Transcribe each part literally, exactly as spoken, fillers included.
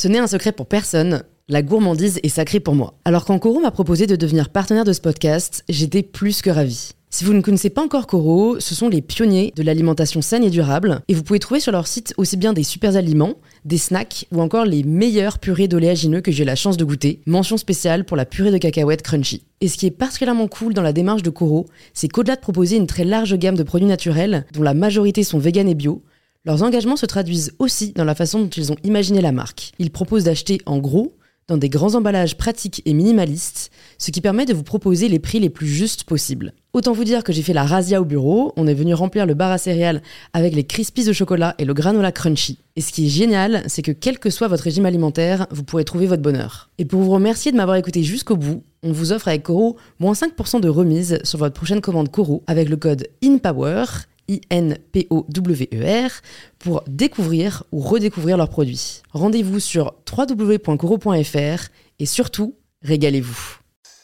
Ce n'est un secret pour personne, la gourmandise est sacrée pour moi. Alors quand Koro m'a proposé de devenir partenaire de ce podcast, j'étais plus que ravie. Si vous ne connaissez pas encore Koro, ce sont les pionniers de l'alimentation saine et durable, et vous pouvez trouver sur leur site aussi bien des super aliments, des snacks ou encore les meilleures purées d'oléagineux que j'ai eu la chance de goûter. Mention spéciale pour la purée de cacahuètes crunchy. Et ce qui est particulièrement cool dans la démarche de Koro, c'est qu'au-delà de proposer une très large gamme de produits naturels, dont la majorité sont véganes et bio, leurs engagements se traduisent aussi dans la façon dont ils ont imaginé la marque. Ils proposent d'acheter en gros, dans des grands emballages pratiques et minimalistes, ce qui permet de vous proposer les prix les plus justes possibles. Autant vous dire que j'ai fait la razzia au bureau, on est venu remplir le bar à céréales avec les Crispies au chocolat et le granola crunchy. Et ce qui est génial, c'est que quel que soit votre régime alimentaire, vous pourrez trouver votre bonheur. Et pour vous remercier de m'avoir écouté jusqu'au bout, on vous offre avec Koro moins cinq pour cent de remise sur votre prochaine commande Koro avec le code INPOWER, I N P O W E R, pour découvrir ou redécouvrir leurs produits. Rendez-vous sur w w w point koro point f r et surtout, régalez-vous.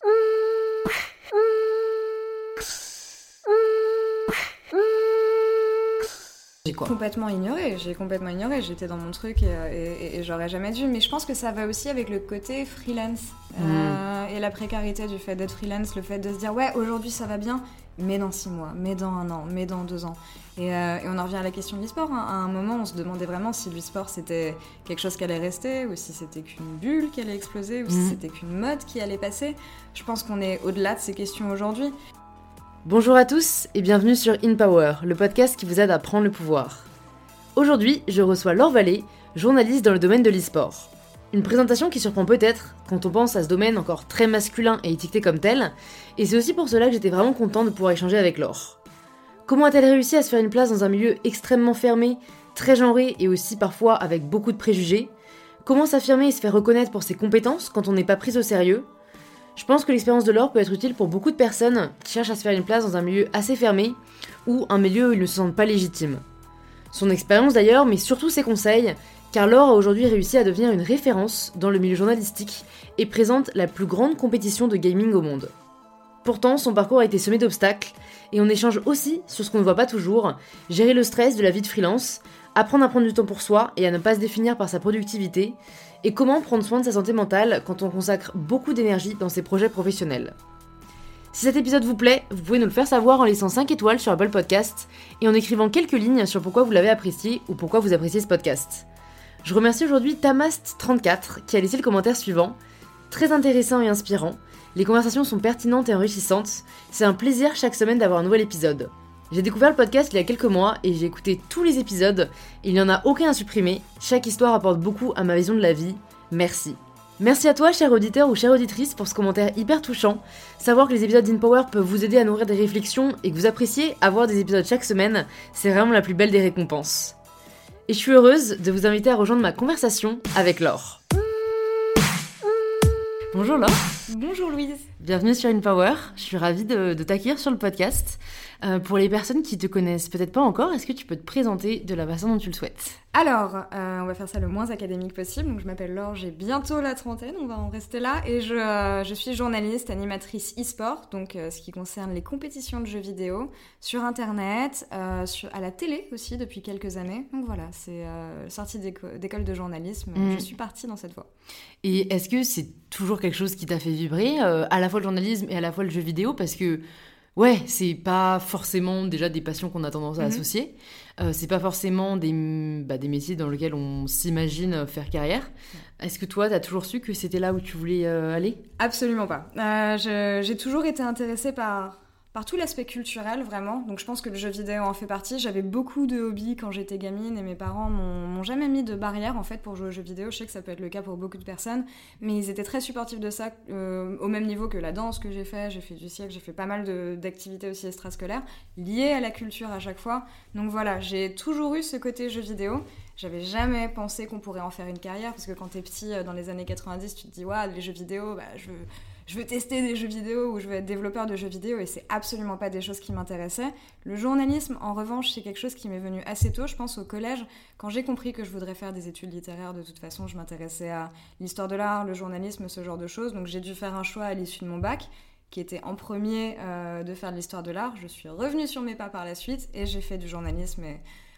J'ai quoi complètement ignoré, j'ai complètement ignoré, j'étais dans mon truc et, et, et j'aurais jamais dû, mais je pense que ça va aussi avec le côté freelance mmh. euh, et la précarité du fait d'être freelance, le fait de se dire ouais aujourd'hui ça va bien, mais dans six mois, mais dans un an, mais dans deux ans. Et, euh, et on en revient à la question de l'e-sport, hein. À un moment on se demandait vraiment si l'e-sport c'était quelque chose qui allait rester, ou si c'était qu'une bulle qui allait exploser, ou mmh. si c'était qu'une mode qui allait passer. Je pense qu'on est au-delà de ces questions aujourd'hui. Bonjour à tous et bienvenue sur InPower, le podcast qui vous aide à prendre le pouvoir. Aujourd'hui, je reçois Laure Vallée, journaliste dans le domaine de l'e-sport. Une présentation qui surprend peut-être quand on pense à ce domaine encore très masculin et étiqueté comme tel, et c'est aussi pour cela que j'étais vraiment contente de pouvoir échanger avec Laure. Comment a-t-elle réussi à se faire une place dans un milieu extrêmement fermé, très genré et aussi parfois avec beaucoup de préjugés ? Comment s'affirmer et se faire reconnaître pour ses compétences quand on n'est pas prise au sérieux ? Je pense que l'expérience de Laure peut être utile pour beaucoup de personnes qui cherchent à se faire une place dans un milieu assez fermé ou un milieu où ils ne se sentent pas légitimes. Son expérience d'ailleurs, mais surtout ses conseils, car Laure a aujourd'hui réussi à devenir une référence dans le milieu journalistique et présente la plus grande compétition de gaming au monde. Pourtant, son parcours a été semé d'obstacles et on échange aussi sur ce qu'on ne voit pas toujours, gérer le stress de la vie de freelance, apprendre à prendre du temps pour soi et à ne pas se définir par sa productivité, et comment prendre soin de sa santé mentale quand on consacre beaucoup d'énergie dans ses projets professionnels. Si cet épisode vous plaît, vous pouvez nous le faire savoir en laissant cinq étoiles sur Apple Podcast et en écrivant quelques lignes sur pourquoi vous l'avez apprécié ou pourquoi vous appréciez ce podcast. Je remercie aujourd'hui Tamast trente-quatre qui a laissé le commentaire suivant. Très intéressant et inspirant, les conversations sont pertinentes et enrichissantes, c'est un plaisir chaque semaine d'avoir un nouvel épisode. J'ai découvert le podcast il y a quelques mois et j'ai écouté tous les épisodes, il n'y en a aucun à supprimer, chaque histoire apporte beaucoup à ma vision de la vie, merci. Merci à toi, cher auditeur ou chère auditrice, pour ce commentaire hyper touchant. Savoir que les épisodes d'InPower peuvent vous aider à nourrir des réflexions et que vous appréciez avoir des épisodes chaque semaine, c'est vraiment la plus belle des récompenses. Et je suis heureuse de vous inviter à rejoindre ma conversation avec Laure. Bonjour Laure. Bonjour Louise. Bienvenue sur InPower, je suis ravie de, de t'accueillir sur le podcast. Euh, pour les personnes qui te connaissent peut-être pas encore, est-ce que tu peux te présenter de la façon dont tu le souhaites ? Alors, euh, on va faire ça le moins académique possible. Donc, je m'appelle Laure, j'ai bientôt la trentaine, on va en rester là. Et je, euh, je suis journaliste, animatrice e-sport, donc euh, ce qui concerne les compétitions de jeux vidéo, sur Internet, euh, sur, à la télé aussi depuis quelques années. Donc voilà, c'est euh, sortie d'éco- d'école de journalisme, mmh. je suis partie dans cette voie. Et est-ce que c'est toujours quelque chose qui t'a fait vibrer, euh, à la fois le journalisme et à la fois le jeu vidéo ? Parce que ouais, c'est pas forcément déjà des passions qu'on a tendance à mmh. associer. Euh, c'est pas forcément des, bah, des métiers dans lesquels on s'imagine faire carrière. Mmh. Est-ce que toi, t'as toujours su que c'était là où tu voulais euh, aller ? Absolument pas. Euh, je, j'ai toujours été intéressée par... par tout l'aspect culturel, vraiment. Donc je pense que le jeu vidéo en fait partie. J'avais beaucoup de hobbies quand j'étais gamine et mes parents m'ont, m'ont jamais mis de barrière en fait pour jouer aux jeux vidéo. Je sais que ça peut être le cas pour beaucoup de personnes, mais ils étaient très supportifs de ça, euh, au même niveau que la danse que j'ai fait. J'ai fait du cirque, j'ai fait pas mal de, d'activités aussi extrascolaires liées à la culture à chaque fois. Donc voilà, j'ai toujours eu ce côté jeu vidéo. J'avais jamais pensé qu'on pourrait en faire une carrière, parce que quand t'es petit, dans les années quatre-vingt-dix, tu te dis « Waouh, les jeux vidéo, bah, je veux... » je veux tester des jeux vidéo ou je veux être développeur de jeux vidéo, et c'est absolument pas des choses qui m'intéressaient. Le journalisme, en revanche, c'est quelque chose qui m'est venu assez tôt, je pense au collège, quand j'ai compris que je voudrais faire des études littéraires. De toute façon, je m'intéressais à l'histoire de l'art, le journalisme, ce genre de choses, donc j'ai dû faire un choix à l'issue de mon bac, qui était en premier euh, de faire de l'histoire de l'art. Je suis revenue sur mes pas par la suite et j'ai fait du journalisme, et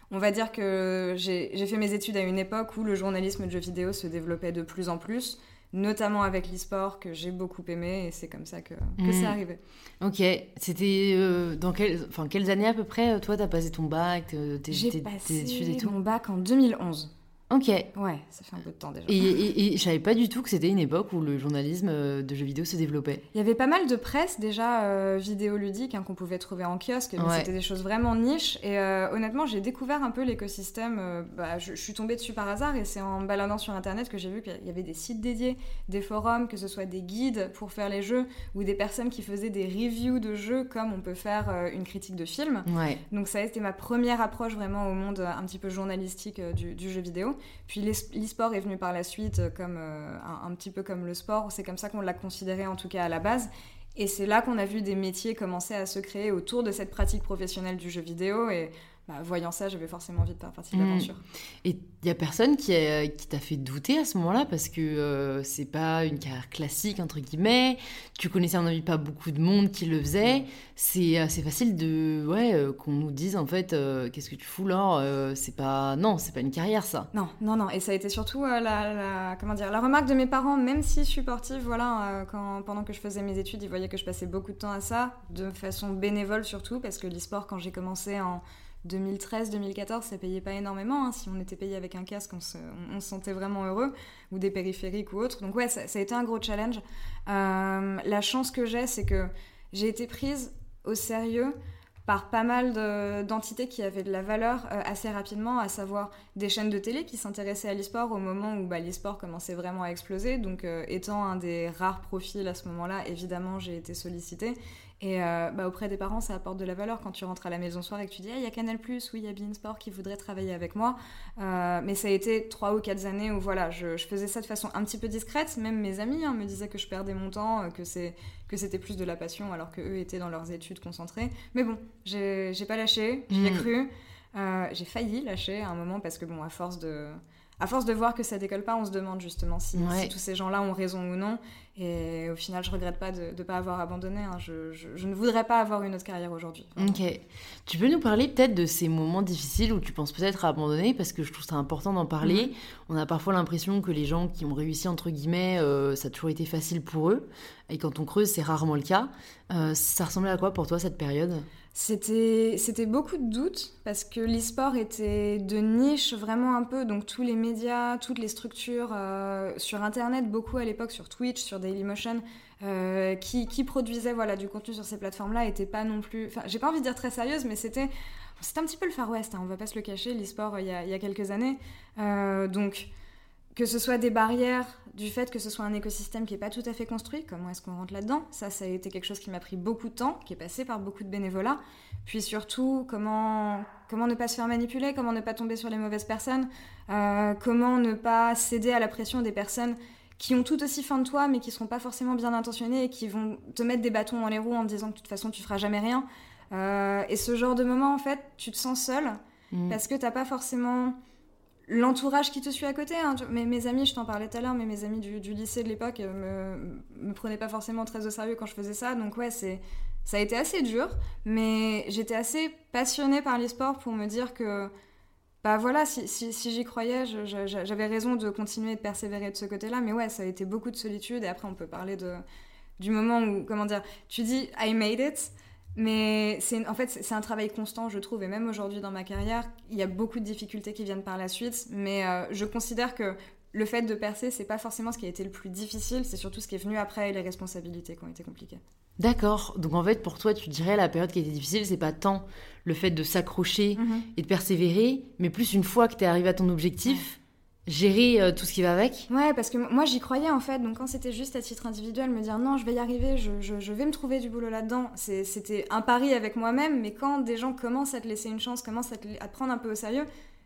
On va dire que j'ai, j'ai fait mes études à une époque où le journalisme de jeux vidéo se développait de plus en plus, notamment avec l'e-sport que j'ai beaucoup aimé, et c'est comme ça que, que Mmh. c'est arrivé. Ok, c'était euh, dans quel, enfin, quelles années à peu près, toi, t'as passé ton bac, tes, tes, J'ai tes- passé tes études et tout? mon bac en deux mille onze. Ok. Ouais, ça fait un peu de temps déjà. Et, et, et je savais pas du tout que c'était une époque où le journalisme euh, de jeux vidéo se développait. Il y avait pas mal de presse déjà euh, vidéoludique hein, qu'on pouvait trouver en kiosque, mais Ouais. c'était des choses vraiment niches. Et euh, honnêtement, j'ai découvert un peu l'écosystème. euh, bah, je, je suis tombée dessus par hasard et c'est en baladant sur Internet que j'ai vu qu'il y avait des sites dédiés, des forums, que ce soit des guides pour faire les jeux ou des personnes qui faisaient des reviews de jeux comme on peut faire euh, une critique de film. Ouais. Donc ça a été ma première approche vraiment au monde un petit peu journalistique euh, du, du jeu vidéo. Puis l'es- l'e-sport est venu par la suite euh, comme euh, un, un petit peu comme le sport. C'est comme ça qu'on l'a considéré en tout cas à la base. Et c'est là qu'on a vu des métiers commencer à se créer autour de cette pratique professionnelle du jeu vidéo. Et bah, voyant ça, j'avais forcément envie de faire partie de l'aventure. Mmh. Et il y a personne qui, a, qui t'a fait douter à ce moment-là parce que euh, c'est pas une carrière classique entre guillemets. Tu connaissais à mon avis pas beaucoup de monde qui le faisait. C'est assez facile de ouais euh, qu'on nous dise en fait euh, qu'est-ce que tu fous là euh, c'est pas non c'est pas une carrière ça. Non, non, non. Et ça a été surtout euh, la, la, comment dire, la remarque de mes parents, même si supportifs, voilà, euh, quand, pendant que je faisais mes études, ils voyaient que je passais beaucoup de temps à ça, de façon bénévole surtout, parce que l'e-sport, quand j'ai commencé en deux mille treize deux mille quatorze, ça payait pas énormément. Hein. Si on était payé avec un casque, on se, on, on se sentait vraiment heureux, ou des périphériques ou autres. Donc ouais, ça, ça a été un gros challenge. Euh, la chance que j'ai, c'est que j'ai été prise au sérieux par pas mal de, d'entités qui avaient de la valeur euh, assez rapidement, à savoir des chaînes de télé qui s'intéressaient à l'e-sport au moment où bah, l'e-sport commençait vraiment à exploser. Donc euh, étant un des rares profils à ce moment-là, évidemment, j'ai été sollicitée. Et euh, bah, auprès des parents, ça apporte de la valeur quand tu rentres à la maison le soir et que tu dis « Ah, il y a Canal+, oui, il y a beIN Sport qui voudrait travailler avec moi. Euh, » Mais ça a été trois ou quatre années où voilà, je, je faisais ça de façon un petit peu discrète. Même mes amis hein, me disaient que je perdais mon temps, que, c'est, que c'était plus de la passion alors qu'eux étaient dans leurs études concentrées. Mais bon, j'ai, j'ai pas lâché, j'y ai Mmh. cru. Euh, j'ai failli lâcher à un moment parce que bon, à force de... À force de voir que ça décolle pas, on se demande justement si, Ouais. si tous ces gens-là ont raison ou non. Et au final, je regrette pas de ne pas avoir abandonné. Hein. Je, je, je ne voudrais pas avoir une autre carrière aujourd'hui. Vraiment. Ok. Tu peux nous parler peut-être de ces moments difficiles où tu penses peut-être à abandonner parce que je trouve ça important d'en parler. Mhm. On a parfois l'impression que les gens qui ont réussi entre guillemets, euh, ça a toujours été facile pour eux. Et quand on creuse, c'est rarement le cas. Euh, ça ressemblait à quoi pour toi cette période ? C'était, c'était beaucoup de doutes parce que l'e-sport était de niche vraiment un peu, donc tous les médias, toutes les structures euh, sur Internet, beaucoup à l'époque sur Twitch, sur Dailymotion, euh, qui, qui produisaient voilà, du contenu sur ces plateformes-là, étaient pas non plus... Enfin, j'ai pas envie de dire très sérieuses, mais c'était, c'était un petit peu le Far West, hein, on va pas se le cacher, l'e-sport il y a, il y a quelques années. Euh, donc... Que ce soit des barrières, du fait que ce soit un écosystème qui n'est pas tout à fait construit, comment est-ce qu'on rentre là-dedans ? Ça, ça a été quelque chose qui m'a pris beaucoup de temps, qui est passé par beaucoup de bénévolat. Puis surtout, comment, comment ne pas se faire manipuler, comment ne pas tomber sur les mauvaises personnes, euh, comment ne pas céder à la pression des personnes qui ont tout aussi faim de toi, mais qui ne seront pas forcément bien intentionnées et qui vont te mettre des bâtons dans les roues en te disant que de toute façon, tu ne feras jamais rien. Euh, et ce genre de moment, en fait, tu te sens seul, mmh. parce que tu n'as pas forcément... l'entourage qui te suit à côté. Hein. Mes, mes amis, je t'en parlais tout à l'heure, mais mes amis du, du lycée de l'époque me, me prenaient pas forcément très au sérieux quand je faisais ça. Donc ouais, c'est, ça a été assez dur, mais j'étais assez passionnée par l'e-sport pour me dire que bah voilà, si, si, si j'y croyais, je, je, j'avais raison de continuer de persévérer de ce côté-là. Mais ouais, ça a été beaucoup de solitude. Et après, on peut parler de, du moment où, comment dire, tu dis « I made it ». Mais c'est, en fait, c'est un travail constant, je trouve, et même aujourd'hui dans ma carrière, il y a beaucoup de difficultés qui viennent par la suite, mais euh, je considère que le fait de percer, c'est pas forcément ce qui a été le plus difficile, c'est surtout ce qui est venu après et les responsabilités qui ont été compliquées. D'accord, donc en fait pour toi tu dirais la période qui a été difficile, c'est pas tant le fait de s'accrocher mmh. et de persévérer, mais plus une fois que t'es arrivé à ton objectif... Ouais. Gérer euh, tout ce qui va avec. Ouais, parce que moi j'y croyais en fait, donc quand c'était juste à titre individuel, me dire non, je vais y arriver, je, je, je vais me trouver du boulot là-dedans, c'est, c'était un pari avec moi-même, mais quand des gens commencent à te laisser une chance, commencent à te, à te prendre un peu au sérieux,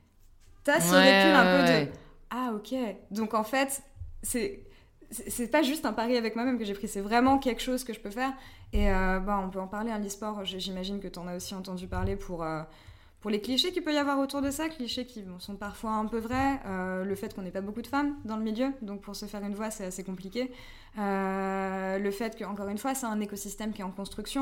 t'as ce ouais, recul un peu ouais. de ah ok, donc en fait, c'est, c'est, c'est pas juste un pari avec moi-même que j'ai pris, c'est vraiment quelque chose que je peux faire, et euh, bah, on peut en parler, hein, l'e-sport, j'imagine que t'en as aussi entendu parler pour... Euh, Pour les clichés qu'il peut y avoir autour de ça, clichés qui bon, sont parfois un peu vrais, euh, le fait qu'on n'ait pas beaucoup de femmes dans le milieu, donc pour se faire une voix, c'est assez compliqué. Euh, le fait que, encore une fois, c'est un écosystème qui est en construction,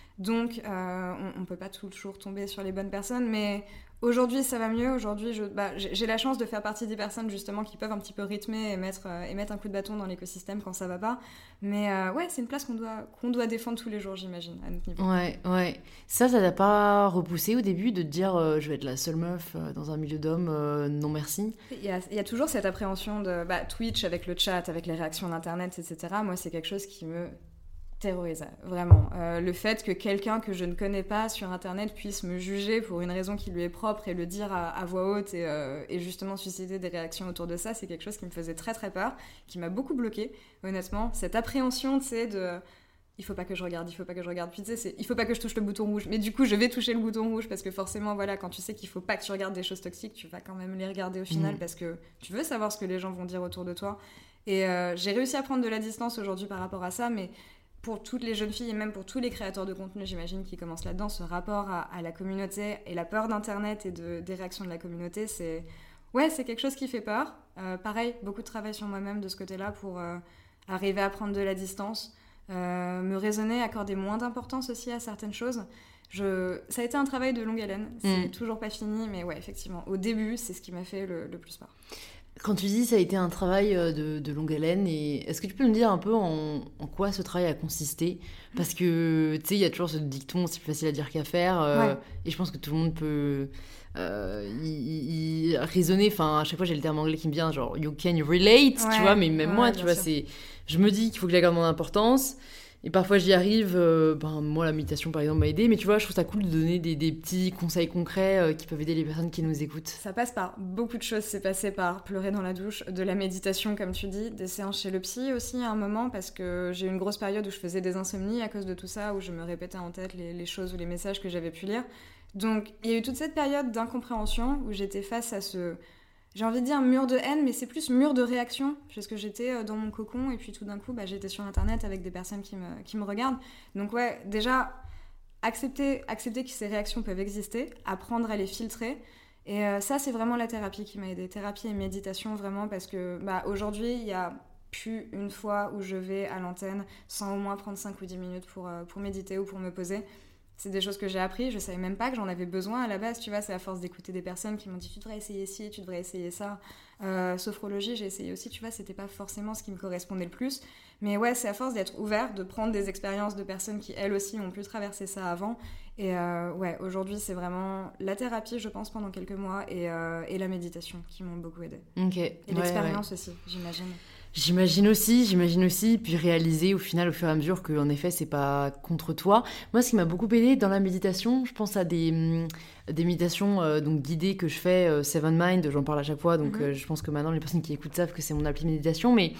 Donc, euh, on ne peut pas toujours tomber sur les bonnes personnes, mais aujourd'hui, ça va mieux. Aujourd'hui, je, bah, j'ai, j'ai la chance de faire partie des personnes, justement, qui peuvent un petit peu rythmer et mettre, euh, et mettre un coup de bâton dans l'écosystème quand ça va pas. Mais euh, ouais, c'est une place qu'on doit, qu'on doit défendre tous les jours, j'imagine, à notre niveau. Ouais, ouais. Ça, ça t'a pas repoussé au début de te dire euh, je vais être la seule meuf euh, dans un milieu d'hommes, euh, non merci. Il y, a, il y a toujours cette appréhension de bah, Twitch, avec le chat, avec les réactions d'Internet, et cetera. Moi, c'est quelque chose qui me terrorisait, vraiment. Euh, le fait que quelqu'un que je ne connais pas sur Internet puisse me juger pour une raison qui lui est propre et le dire à, à voix haute et, euh, et justement susciter des réactions autour de ça, c'est quelque chose qui me faisait très très peur, qui m'a beaucoup bloquée, honnêtement. Cette appréhension, tu sais, de... il faut pas que je regarde, il faut pas que je regarde. Puis tu sais, c'est, il faut pas que je touche le bouton rouge. Mais du coup, je vais toucher le bouton rouge parce que forcément, voilà, quand tu sais qu'il faut pas que tu regardes des choses toxiques, tu vas quand même les regarder au final mmh. parce que tu veux savoir ce que les gens vont dire autour de toi. Et euh, j'ai réussi à prendre de la distance aujourd'hui par rapport à ça, mais pour toutes les jeunes filles et même pour tous les créateurs de contenu, j'imagine, qui commencent là-dedans, ce rapport à, à la communauté et la peur d'Internet et de, des réactions de la communauté, c'est... Ouais, c'est quelque chose qui fait peur. Euh, pareil, beaucoup de travail sur moi-même de ce côté-là pour euh, arriver à prendre de la distance. Euh, me raisonner, accorder moins d'importance aussi à certaines choses. Je... Ça a été un travail de longue haleine, c'est mmh. toujours pas fini, mais ouais, effectivement, au début, c'est ce qui m'a fait le, le plus peur. Quand tu dis ça a été un travail de, de longue haleine, et est-ce que tu peux me dire un peu en, en quoi ce travail a consisté ? Parce que, tu sais, il y a toujours ce dicton, c'est plus facile à dire qu'à faire, euh, ouais. et je pense que tout le monde peut euh, y, y raisonner. Enfin, à chaque fois, j'ai le terme anglais qui me vient, genre « you can relate ouais. », tu vois, mais même ouais, moi, tu vois, sûr. c'est... Je me dis qu'il faut que j'accorde mon importance, et parfois j'y arrive. Euh, ben, moi, la méditation, par exemple, m'a aidé, mais tu vois, je trouve ça cool de donner des, des petits conseils concrets euh, qui peuvent aider les personnes qui nous écoutent. Ça passe par beaucoup de choses. C'est passé par pleurer dans la douche, de la méditation, comme tu dis, des séances chez le psy aussi à un moment, parce que j'ai eu une grosse période où je faisais des insomnies à cause de tout ça, où je me répétais en tête les, les choses ou les messages que j'avais pu lire. Donc, il y a eu toute cette période d'incompréhension où j'étais face à ce... J'ai envie de dire mur de haine, mais c'est plus mur de réaction, parce que j'étais dans mon cocon, et puis tout d'un coup, bah, j'étais sur Internet avec des personnes qui me, qui me regardent. Donc ouais, déjà, accepter, accepter que ces réactions peuvent exister, apprendre à les filtrer, et euh, ça, c'est vraiment la thérapie qui m'a aidée. Thérapie et méditation, vraiment, parce que bah, aujourd'hui, il y a plus une fois où je vais à l'antenne sans au moins prendre cinq ou dix minutes pour, euh, pour méditer ou pour me poser. C'est des choses que j'ai appris, je savais même pas que j'en avais besoin à la base, tu vois, c'est à force d'écouter des personnes qui m'ont dit tu devrais essayer ci, tu devrais essayer ça. Euh, sophrologie, j'ai essayé aussi, tu vois, c'était pas forcément ce qui me correspondait le plus. Mais ouais, c'est à force d'être ouvert, de prendre des expériences de personnes qui, elles aussi, ont pu traverser ça avant. Et euh, ouais, aujourd'hui, c'est vraiment la thérapie, je pense, pendant quelques mois, et, euh, et la méditation qui m'ont beaucoup aidée. Ok. Et ouais, l'expérience ouais. aussi, j'imagine. J'imagine aussi, j'imagine aussi, puis réaliser au final, au fur et à mesure, qu'en effet, c'est pas contre toi. Moi, ce qui m'a beaucoup aidé dans la méditation, je pense à des, des méditations euh, donc, guidées que je fais, euh, Seven Mind, j'en parle à chaque fois, donc mm-hmm. euh, je pense que maintenant, les personnes qui écoutent savent que c'est mon appli de méditation, mais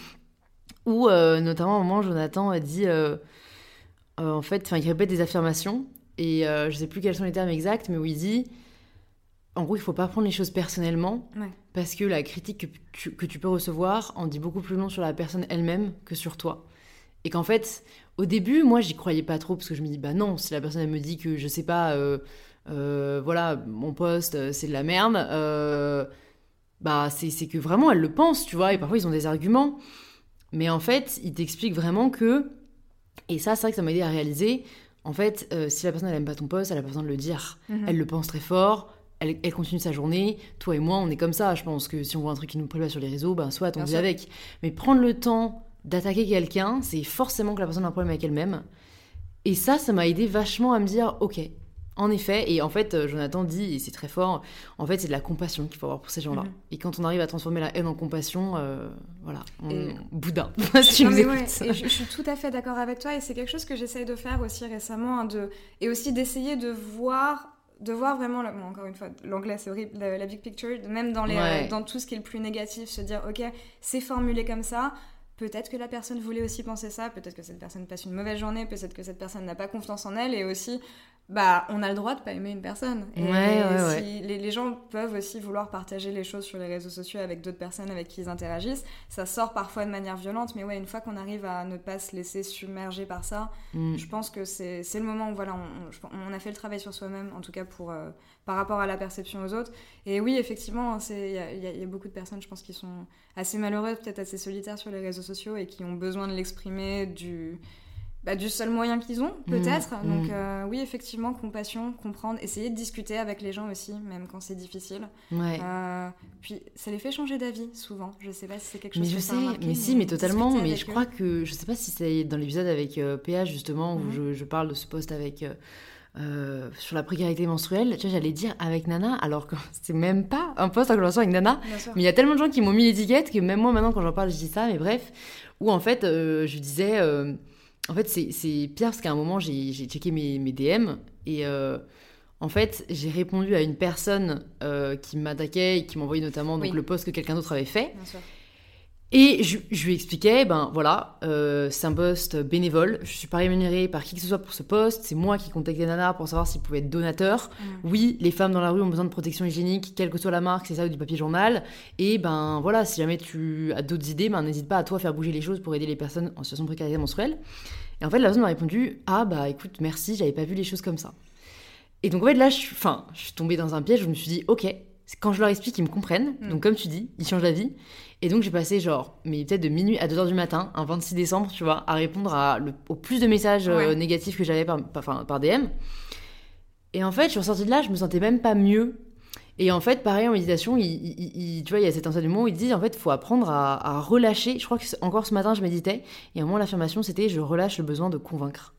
où, euh, notamment, à un moment, Jonathan a dit, euh, euh, en fait, il répète des affirmations, et euh, je sais plus quels sont les termes exacts, mais où il dit... En gros, il ne faut pas prendre les choses personnellement, ouais. parce que la critique que tu, que tu peux recevoir en dit beaucoup plus long sur la personne elle-même que sur toi. Et qu'en fait, au début, moi, j'y croyais pas trop, parce que je me dis, bah non, si la personne, elle me dit que, je sais pas, euh, euh, voilà, mon poste, c'est de la merde, euh, bah c'est, c'est que vraiment, elle le pense, tu vois, et parfois, ils ont des arguments. Mais en fait, ils t'expliquent vraiment que, et ça, c'est vrai que ça m'a aidé à réaliser, en fait, euh, si la personne, elle aime pas ton poste, elle a pas besoin de le dire. Mm-hmm. Elle le pense très fort. Elle, elle continue sa journée. Toi et moi, on est comme ça. Je pense que si on voit un truc qui nous plaît pas sur les réseaux, ben soit on vit avec. Mais prendre le temps d'attaquer quelqu'un, c'est forcément que la personne a un problème avec elle-même. Et ça, ça m'a aidé vachement à me dire, ok, en effet. Et en fait, Jonathan dit, et c'est très fort, en fait, c'est de la compassion qu'il faut avoir pour ces gens-là. Mm-hmm. Et quand on arrive à transformer la haine en compassion, euh, voilà, on... et... boudin. Si tu non, nous mais écoutes. Ouais, et je, je suis tout à fait d'accord avec toi. Et c'est quelque chose que j'essaye de faire aussi récemment. Hein, de... Et aussi d'essayer de voir... de voir vraiment, bon, encore une fois, l'anglais c'est horrible, la, la big picture, même dans, les, ouais. euh, dans tout ce qui est le plus négatif, se dire ok, c'est formulé comme ça, peut-être que la personne voulait aussi penser ça, peut-être que cette personne passe une mauvaise journée, peut-être que cette personne n'a pas confiance en elle, et aussi, bah, on a le droit de pas aimer une personne. Et ouais, ouais, si ouais. Les, les gens peuvent aussi vouloir partager les choses sur les réseaux sociaux avec d'autres personnes avec qui ils interagissent, ça sort parfois de manière violente, mais ouais, une fois qu'on arrive à ne pas se laisser submerger par ça, mm. je pense que c'est, c'est le moment où voilà, on, on a fait le travail sur soi-même, en tout cas pour, euh, par rapport à la perception aux autres. Et oui, effectivement, il y, y, y a beaucoup de personnes, je pense, qui sont assez malheureuses, peut-être assez solitaires sur les réseaux sociaux et qui ont besoin de l'exprimer, du... Bah, du seul moyen qu'ils ont, peut-être. Mmh, Donc mmh. euh, oui, effectivement, compassion, comprendre, essayer de discuter avec les gens aussi, même quand c'est difficile. Ouais. Euh, puis ça les fait changer d'avis, souvent. Je sais pas si c'est quelque chose Mais que je ça sais, a remarqué, mais si, mais totalement. discuter Mais avec je eux. crois que, je sais pas si c'est dans l'épisode avec euh, P A, justement, où Mhm. je, je parle de ce post avec... euh, euh, sur la précarité menstruelle, tu vois, j'allais dire avec Nana, alors que c'est même pas un post en conversation avec Nana. Bien sûr. Mais il y a tellement de gens qui m'ont mis l'étiquette que même moi, maintenant, quand j'en parle, je dis ça. Mais bref, où en fait, euh, je disais... euh, en fait, c'est, c'est pire parce qu'à un moment, j'ai, j'ai checké mes, mes D M et euh, en fait, j'ai répondu à une personne euh, qui m'attaquait et qui m'envoyait notamment donc, Oui. le post que quelqu'un d'autre avait fait. Bien sûr. Et je, je lui expliquais, ben voilà, euh, c'est un post bénévole, je suis pas rémunérée par qui que ce soit pour ce post, c'est moi qui contactais Nana pour savoir s'ils pouvaient être donateurs. Mm. Oui, les femmes dans la rue ont besoin de protection hygiénique, quelle que soit la marque, c'est ça ou du papier journal. Et ben voilà, si jamais tu as d'autres idées, ben n'hésite pas à toi faire bouger les choses pour aider les personnes en situation de précarité menstruelle. Et en fait, la personne m'a répondu, ah bah écoute, merci, j'avais pas vu les choses comme ça. Et donc en fait là, je suis, enfin, je suis tombée dans un piège où je me suis dit, ok, quand je leur explique, ils me comprennent. Mm. Donc comme tu dis, ils changent d'avis. Et donc j'ai passé genre, mais peut-être de minuit à deux heures du matin, un vingt-six décembre, tu vois, à répondre à le, au plus de messages euh, Ouais. négatifs que j'avais par, par, enfin, par D M. Et en fait, je suis ressortie de là, je me sentais même pas mieux. Et en fait, pareil en méditation, il, il, il, tu vois, il y a cet enseignement où il dit en fait, il faut apprendre à, à relâcher. Je crois que encore ce matin, je méditais, et à un moment, l'affirmation, c'était je relâche le besoin de convaincre.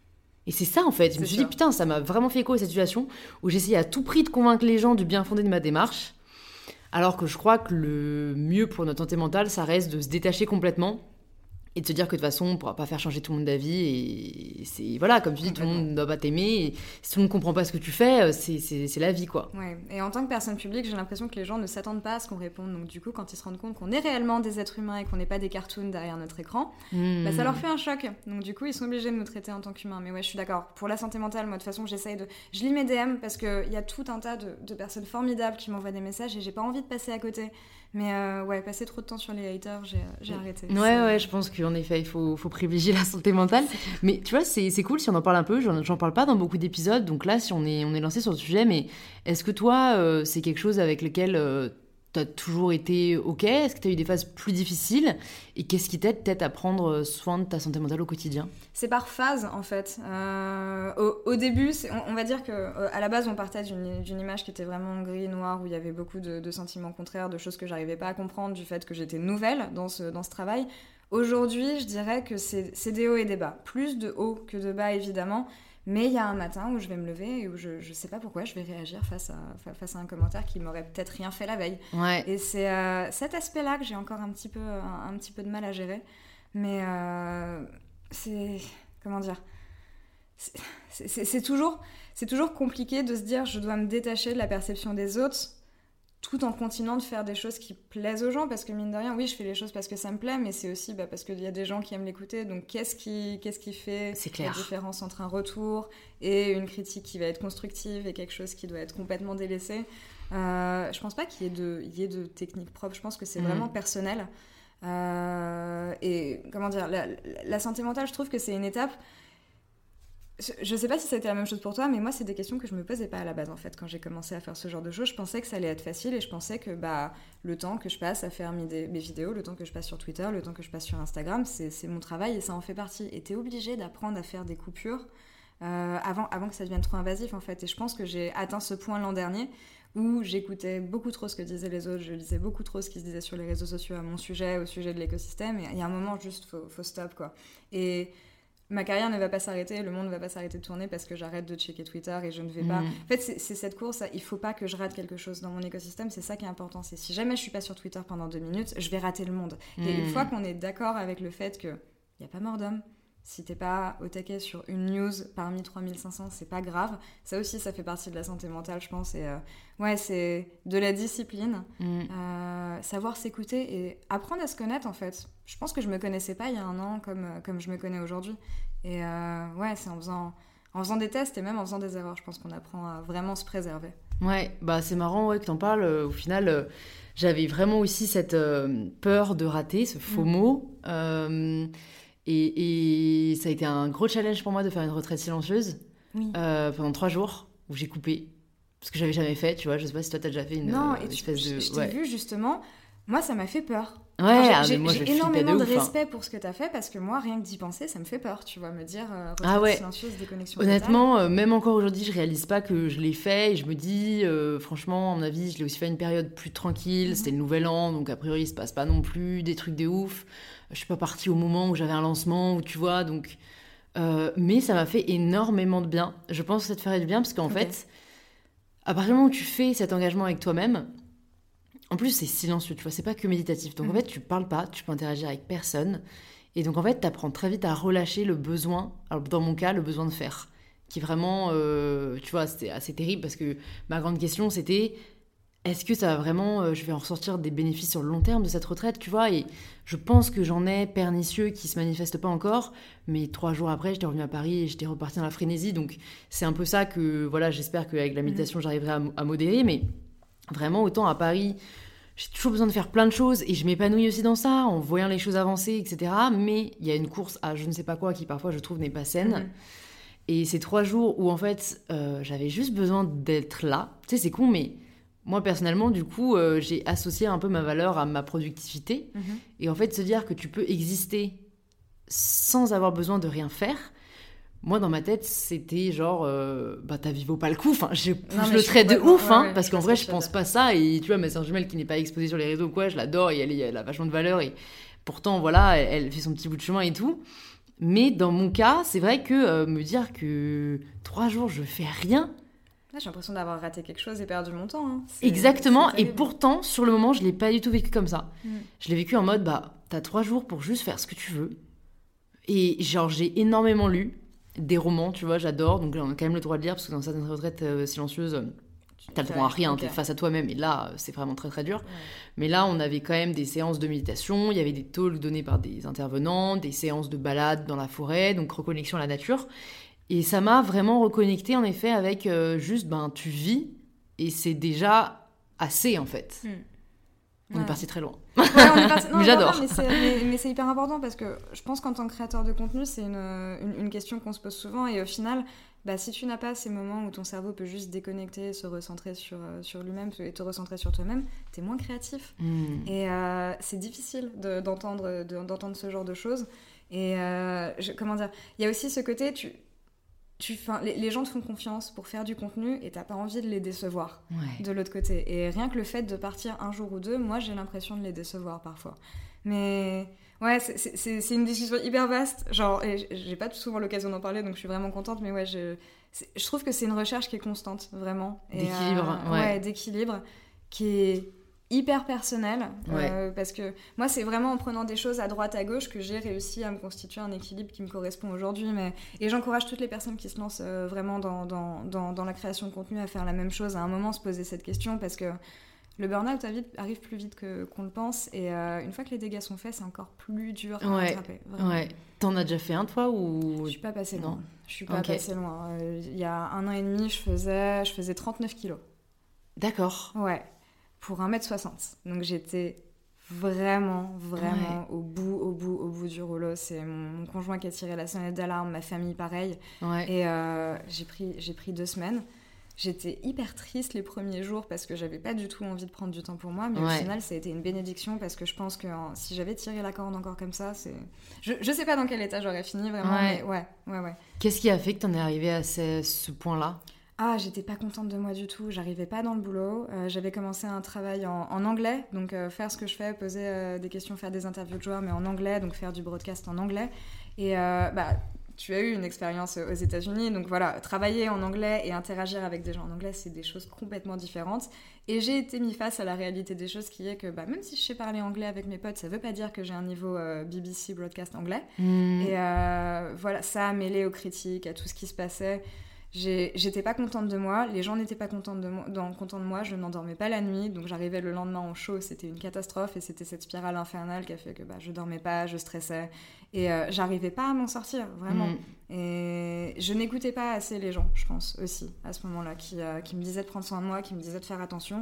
Et c'est ça en fait. Je C'est me suis sûr. dit putain, ça m'a vraiment fait écho à cette situation où j'essayais à tout prix de convaincre les gens du bien fondé de ma démarche. Alors que je crois que le mieux pour notre santé mentale, ça reste de se détacher complètement et de se dire que de toute façon, on ne pourra pas faire changer tout le monde d'avis. Et c'est, voilà, comme tu dis, tout le monde ne doit pas t'aimer. Et si tout le monde ne comprend pas ce que tu fais, c'est, c'est, c'est la vie, quoi. Ouais. Et en tant que personne publique, j'ai l'impression que les gens ne s'attendent pas à ce qu'on réponde. Donc du coup, quand ils se rendent compte qu'on est réellement des êtres humains et qu'on n'est pas des cartoons derrière notre écran, Mmh. bah, ça leur fait un choc. Donc du coup, ils sont obligés de nous traiter en tant qu'humains. Mais ouais, je suis d'accord. Pour la santé mentale, moi, de toute façon, j'essaye de... Je lis mes D M parce qu'il y a tout un tas de, de personnes formidables qui m'envoient des messages et j'ai pas envie de passer à côté. Mais euh, ouais, passer trop de temps sur les haters, j'ai, j'ai arrêté. Ouais, C'est- ouais, je pense qu'en effet, il faut, faut privilégier la santé mentale. Mais tu vois, c'est, c'est cool si on en parle un peu. J'en, j'en parle pas dans beaucoup d'épisodes. Donc là, si on est, on est lancé sur le sujet, mais est-ce que toi, euh, c'est quelque chose avec lequel euh, t'as toujours été OK? Est-ce que t'as eu des phases plus difficiles? Et qu'est-ce qui t'aide peut-être à prendre soin de ta santé mentale au quotidien? C'est par phase en fait. Euh, au, au début, c'est, on, on va dire que euh, à la base, on partait d'une, d'une image qui était vraiment gris, noir, où il y avait beaucoup de, de sentiments contraires, de choses que j'arrivais pas à comprendre du fait que j'étais nouvelle dans ce, dans ce travail. Aujourd'hui, je dirais que c'est, c'est des hauts et des bas. Plus de hauts que de bas, évidemment. Mais il y a un matin où je vais me lever et où je, je sais pas pourquoi, je vais réagir face à, face à un commentaire qui m'aurait peut-être rien fait la veille. Ouais. Et c'est euh, cet aspect-là que j'ai encore un petit peu, un, un petit peu de mal à gérer. Mais euh, c'est... Comment dire c'est, c'est, c'est, toujours, c'est toujours compliqué de se dire je dois me détacher de la perception des autres tout en continuant de faire des choses qui plaisent aux gens. Parce que mine de rien, oui, je fais les choses parce que ça me plaît, mais c'est aussi bah, parce qu'il y a des gens qui aiment l'écouter. Donc qu'est-ce qui, qu'est-ce qui fait C'est la clair. différence entre un retour et une critique qui va être constructive et quelque chose qui doit être complètement délaissé? Euh, je pense pas qu'il y ait de, il y ait de technique propre. Je pense que c'est Mmh. vraiment personnel. Euh, et comment dire, la, la santé mentale, je trouve que c'est une étape. Je sais pas si ça a été la même chose pour toi, mais moi, c'est des questions que je me posais pas à la base, en fait, quand j'ai commencé à faire ce genre de choses. Je pensais que ça allait être facile et je pensais que bah, le temps que je passe à faire mes, mes vidéos, le temps que je passe sur Twitter, le temps que je passe sur Instagram, c'est, c'est mon travail et ça en fait partie. Et t'es obligé d'apprendre à faire des coupures euh, avant, avant que ça devienne trop invasif, en fait. Et je pense que j'ai atteint ce point l'an dernier où j'écoutais beaucoup trop ce que disaient les autres, je lisais beaucoup trop ce qui se disait sur les réseaux sociaux à mon sujet, au sujet de l'écosystème. Et il y a un moment, juste, faut, faut stop, quoi. Et ma carrière ne va pas s'arrêter, le monde ne va pas s'arrêter de tourner parce que j'arrête de checker Twitter et je ne vais pas... Mmh. En fait, c'est, c'est cette course, il ne faut pas que je rate quelque chose dans mon écosystème, c'est ça qui est important. C'est si jamais je ne suis pas sur Twitter pendant deux minutes, je vais rater le monde. Mmh. Et une fois qu'on est d'accord avec le fait qu'il n'y a pas mort d'homme, si t'es pas au taquet sur une news parmi trois mille cinq cents, c'est pas grave. Ça aussi, ça fait partie de la santé mentale, je pense. Et euh, ouais, c'est de la discipline, mmh. euh, savoir s'écouter et apprendre à se connaître, en fait. Je pense que je me connaissais pas il y a un an comme, comme je me connais aujourd'hui. Et euh, ouais, c'est en faisant, en faisant des tests et même en faisant des erreurs, je pense qu'on apprend à vraiment se préserver. Ouais, bah c'est marrant ouais, que t'en parles. Au final, euh, j'avais vraiment aussi cette euh, peur de rater, ce FOMO. Mmh. Euh, Et, et ça a été un gros challenge pour moi de faire une retraite silencieuse oui. euh, pendant trois jours où j'ai coupé. Parce que j'avais jamais fait, tu vois. Je sais pas si toi t'as déjà fait une, non, euh, et espèce tu, de... Je, je t'ai ouais. vu justement, moi ça m'a fait peur. Ouais, Enfin, ah, j'ai, mais moi, j'ai je flippais énormément de de ouf, hein. respect pour ce que t'as fait parce que moi, rien que d'y penser, ça me fait peur, tu vois, me dire euh, retraite Ah ouais. silencieuse, déconnexion Honnêtement, euh, même encore aujourd'hui, je réalise pas que je l'ai fait et je me dis, euh, franchement, à mon avis, je l'ai aussi fait à une période plus tranquille. Mhm. C'était le nouvel an, donc a priori, il se passe pas non plus des trucs de ouf. Je suis pas partie au moment où j'avais un lancement, où tu vois, donc. euh, mais ça m'a fait énormément de bien. Je pense que ça te ferait du bien parce qu'en Ok. fait, à partir du moment où tu fais cet engagement avec toi-même, en plus, c'est silencieux, tu vois, c'est pas que méditatif. Donc en Mhm. fait, tu parles pas, tu peux interagir avec personne. Et donc en fait, t'apprends très vite à relâcher le besoin, alors dans mon cas, le besoin de faire. Qui vraiment, euh, tu vois, c'était assez terrible parce que ma grande question c'était est-ce que ça va vraiment, euh, je vais en ressortir des bénéfices sur le long terme de cette retraite, tu vois. Et je pense que j'en ai pernicieux qui se manifestent pas encore, mais trois jours après, j'étais revenue à Paris et j'étais repartie dans la frénésie. Donc c'est un peu ça que, voilà, j'espère qu'avec la méditation, j'arriverai à, à modérer. Mais vraiment, autant à Paris, j'ai toujours besoin de faire plein de choses et je m'épanouis aussi dans ça, en voyant les choses avancer, et cetera. Mais il y a une course à je ne sais pas quoi qui parfois je trouve n'est pas saine. Mhm. Et ces trois jours où en fait euh, j'avais juste besoin d'être là, tu sais, c'est con, mais moi personnellement, du coup, euh, j'ai associé un peu ma valeur à ma productivité. Mhm. Et en fait, se dire que tu peux exister sans avoir besoin de rien faire. Moi, dans ma tête, c'était genre, euh, bah ta vie vaut pas le coup. Enfin, je pousse Non, mais le je suis trait de complètement- ouf, ouais, hein, ouais, parce je qu'en vois vrai, ce que je tu veux pense dire. pas ça. Et tu vois, ma sœur jumelle qui n'est pas exposée sur les réseaux, quoi, je l'adore et elle, est- elle a vachement de valeur. Et pourtant, voilà, elle, elle fait son petit bout de chemin et tout. Mais dans mon cas, c'est vrai que euh, me dire que trois jours, je fais rien, Là, j'ai l'impression d'avoir raté quelque chose et perdu mon temps. Hein. C'est, exactement. c'est Et terrible. pourtant, sur le moment, je l'ai pas du tout vécu comme ça. Mm. Je l'ai vécu en mode, bah, t'as trois jours pour juste faire ce que tu veux. Et genre, j'ai énormément lu des romans, tu vois, j'adore. Donc là, on a quand même le droit de lire, parce que dans certaines retraites euh, silencieuses, euh, t'as le droit à rien, Ok. t'es face à toi-même. Et là, euh, c'est vraiment très très dur. Ouais. Mais là, on avait quand même des séances de méditation, il y avait des talks donnés par des intervenants, des séances de balade dans la forêt, donc reconnexion à la nature. Et ça m'a vraiment reconnecté en effet avec euh, juste, ben, tu vis, et c'est déjà assez en fait. Mm. On Ouais. est parti très loin. Ouais, on est parti- non, Mais non, j'adore. non, mais, c'est, mais, mais c'est hyper important parce que je pense qu'en tant que créateur de contenu, c'est une, une, une question qu'on se pose souvent. Et au final, bah, si tu n'as pas ces moments où ton cerveau peut juste déconnecter, se recentrer sur, euh, sur lui-même et te recentrer sur toi-même, t'es moins créatif. Hmm. Et euh, c'est difficile de, d'entendre, de, d'entendre ce genre de choses. Et euh, je- comment dire, il y a aussi ce côté, tu, tu, fin, les, les gens te font confiance pour faire du contenu et t'as pas envie de les décevoir Ouais. de l'autre côté. Et rien que le fait de partir un jour ou deux, moi j'ai l'impression de les décevoir parfois. Mais ouais, c'est, c'est, c'est une discussion hyper vaste. Genre, et j'ai pas souvent l'occasion d'en parler, donc je suis vraiment contente. Mais ouais, je, c'est, je trouve que c'est une recherche qui est constante, vraiment. Et, D'équilibre, euh, ouais. ouais, d'équilibre, qui est hyper personnel. Ouais. Euh, parce que moi, c'est vraiment en prenant des choses à droite, à gauche que j'ai réussi à me constituer un équilibre qui me correspond aujourd'hui. Mais... Et j'encourage toutes les personnes qui se lancent euh, vraiment dans, dans, dans, dans la création de contenu à faire la même chose, à un moment se poser cette question, parce que le burn-out arrive plus vite que, qu'on le pense, et euh, une fois que les dégâts sont faits, c'est encore plus dur à Ouais. rattraper. Vraiment. Ouais. T'en as déjà fait un toi ou Je suis pas passée Non. loin. Je suis pas Ok. passée loin. Euh, Il y a un an et demi, je faisais, je faisais trente-neuf kilos. D'accord. Ouais, pour un mètre soixante. Donc j'étais vraiment, vraiment Ouais. au bout, au bout, au bout du rouleau. C'est mon, mon conjoint qui a tiré la sonnette d'alarme, ma famille pareil. Ouais. Et euh, j'ai pris, j'ai pris deux semaines. J'étais hyper triste les premiers jours parce que j'avais pas du tout envie de prendre du temps pour moi, mais Ouais. au final ça a été une bénédiction parce que je pense que hein, si j'avais tiré la corde encore comme ça, c'est... Je, je sais pas dans quel état j'aurais fini vraiment, Ouais. mais ouais, ouais, ouais. Qu'est-ce qui a fait que t'en es arrivé à ce, ce point-là? Ah, j'étais pas contente de moi du tout, j'arrivais pas dans le boulot. Euh, j'avais commencé un travail en, en anglais, donc euh, faire ce que je fais, poser euh, des questions, faire des interviews de joueurs, mais en anglais, donc faire du broadcast en anglais. Et euh, bah, tu as eu une expérience aux États-Unis, donc voilà, travailler en anglais et interagir avec des gens en anglais, c'est des choses complètement différentes. Et j'ai été mis face à la réalité des choses qui est que bah, même si je sais parler anglais avec mes potes, ça veut pas dire que j'ai un niveau euh, B B C broadcast anglais. Hmm. Et euh, voilà, ça mêlé aux critiques, à tout ce qui se passait. J'ai, j'étais pas contente de moi, les gens n'étaient pas contents de, moi, dans, contents de moi, je n'endormais pas la nuit, donc j'arrivais le lendemain en show, c'était une catastrophe et c'était cette spirale infernale qui a fait que bah, je dormais pas, je stressais et euh, j'arrivais pas à m'en sortir, vraiment. Hmm. Et je n'écoutais pas assez les gens, je pense, aussi, à ce moment-là, qui, euh, qui me disaient de prendre soin de moi, qui me disaient de faire attention.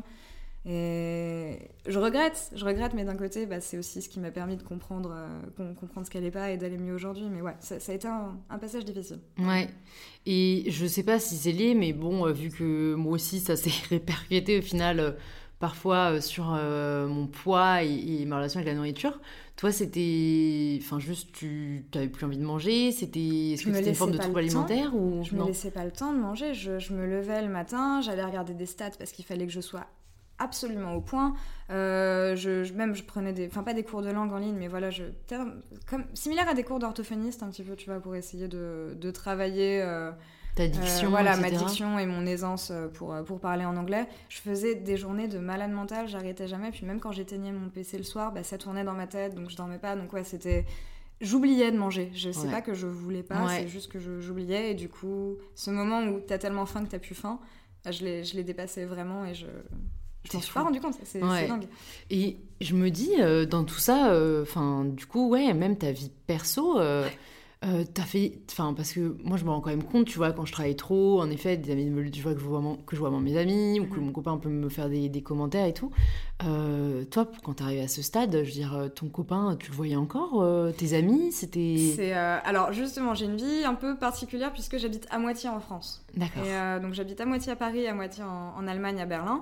Et je regrette, je regrette, mais d'un côté, bah, c'est aussi ce qui m'a permis de comprendre, euh, comprendre ce qu'elle n'est pas et d'aller mieux aujourd'hui. Mais ouais, ça, ça a été un, un passage difficile. Ouais. Et je sais pas si c'est lié, mais bon, euh, vu que moi aussi ça s'est répercuté au final euh, parfois euh, sur euh, mon poids et, et ma relation avec la nourriture. Toi, c'était... Enfin, juste, tu n'avais plus envie de manger. C'était... Est-ce Je que me c'était une forme de laissais pas trouble le temps. alimentaire ou... Je me Non. laissais pas le temps de manger. Je, je me levais le matin, j'allais regarder des stats parce qu'il fallait que je sois absolument au point. Euh, je, je- même je prenais des, enfin pas des cours de langue en ligne, mais voilà, je, comme similaire à des cours d'orthophoniste un petit peu, tu vois, pour essayer de, de travailler. Euh, Ta euh, diction, voilà, et ma cetera. diction et mon aisance euh, pour, euh, pour parler en anglais. Je faisais des journées de malade mental, j'arrêtais jamais. Puis même quand j'éteignais mon P C le soir, bah, ça tournait dans ma tête, donc je dormais pas. Donc ouais, c'était... J'oubliais de manger. Je sais Ouais. pas que je voulais pas, Ouais. c'est juste que je- j'oubliais. Et du coup, ce moment où t'as tellement faim que t'as plus faim, bah, je l'ai, je l'ai dépassé vraiment et je... Je C'est m'en suis fou. pas rendu compte, c'est, Ouais. c'est dingue. Et je me dis, euh, dans tout ça, enfin, du coup, ouais, même ta vie perso, euh, euh, t'as fait... Enfin, parce que moi, je me rends quand même compte, tu vois, quand je travaille trop, en effet, des amis me le disent, je vois que je vois, mon- que je vois mes amis, ou que Mhm. mon copain peut me faire des, des commentaires et tout. Euh, toi, quand t'arrives à ce stade, je veux dire, euh, ton copain, tu le voyais encore euh, tes amis, c'était... C'est, euh, alors justement, j'ai une vie un peu particulière puisque j'habite à moitié en France. D'accord. Et euh, donc j'habite à moitié à Paris, à moitié en, en Allemagne, à Berlin.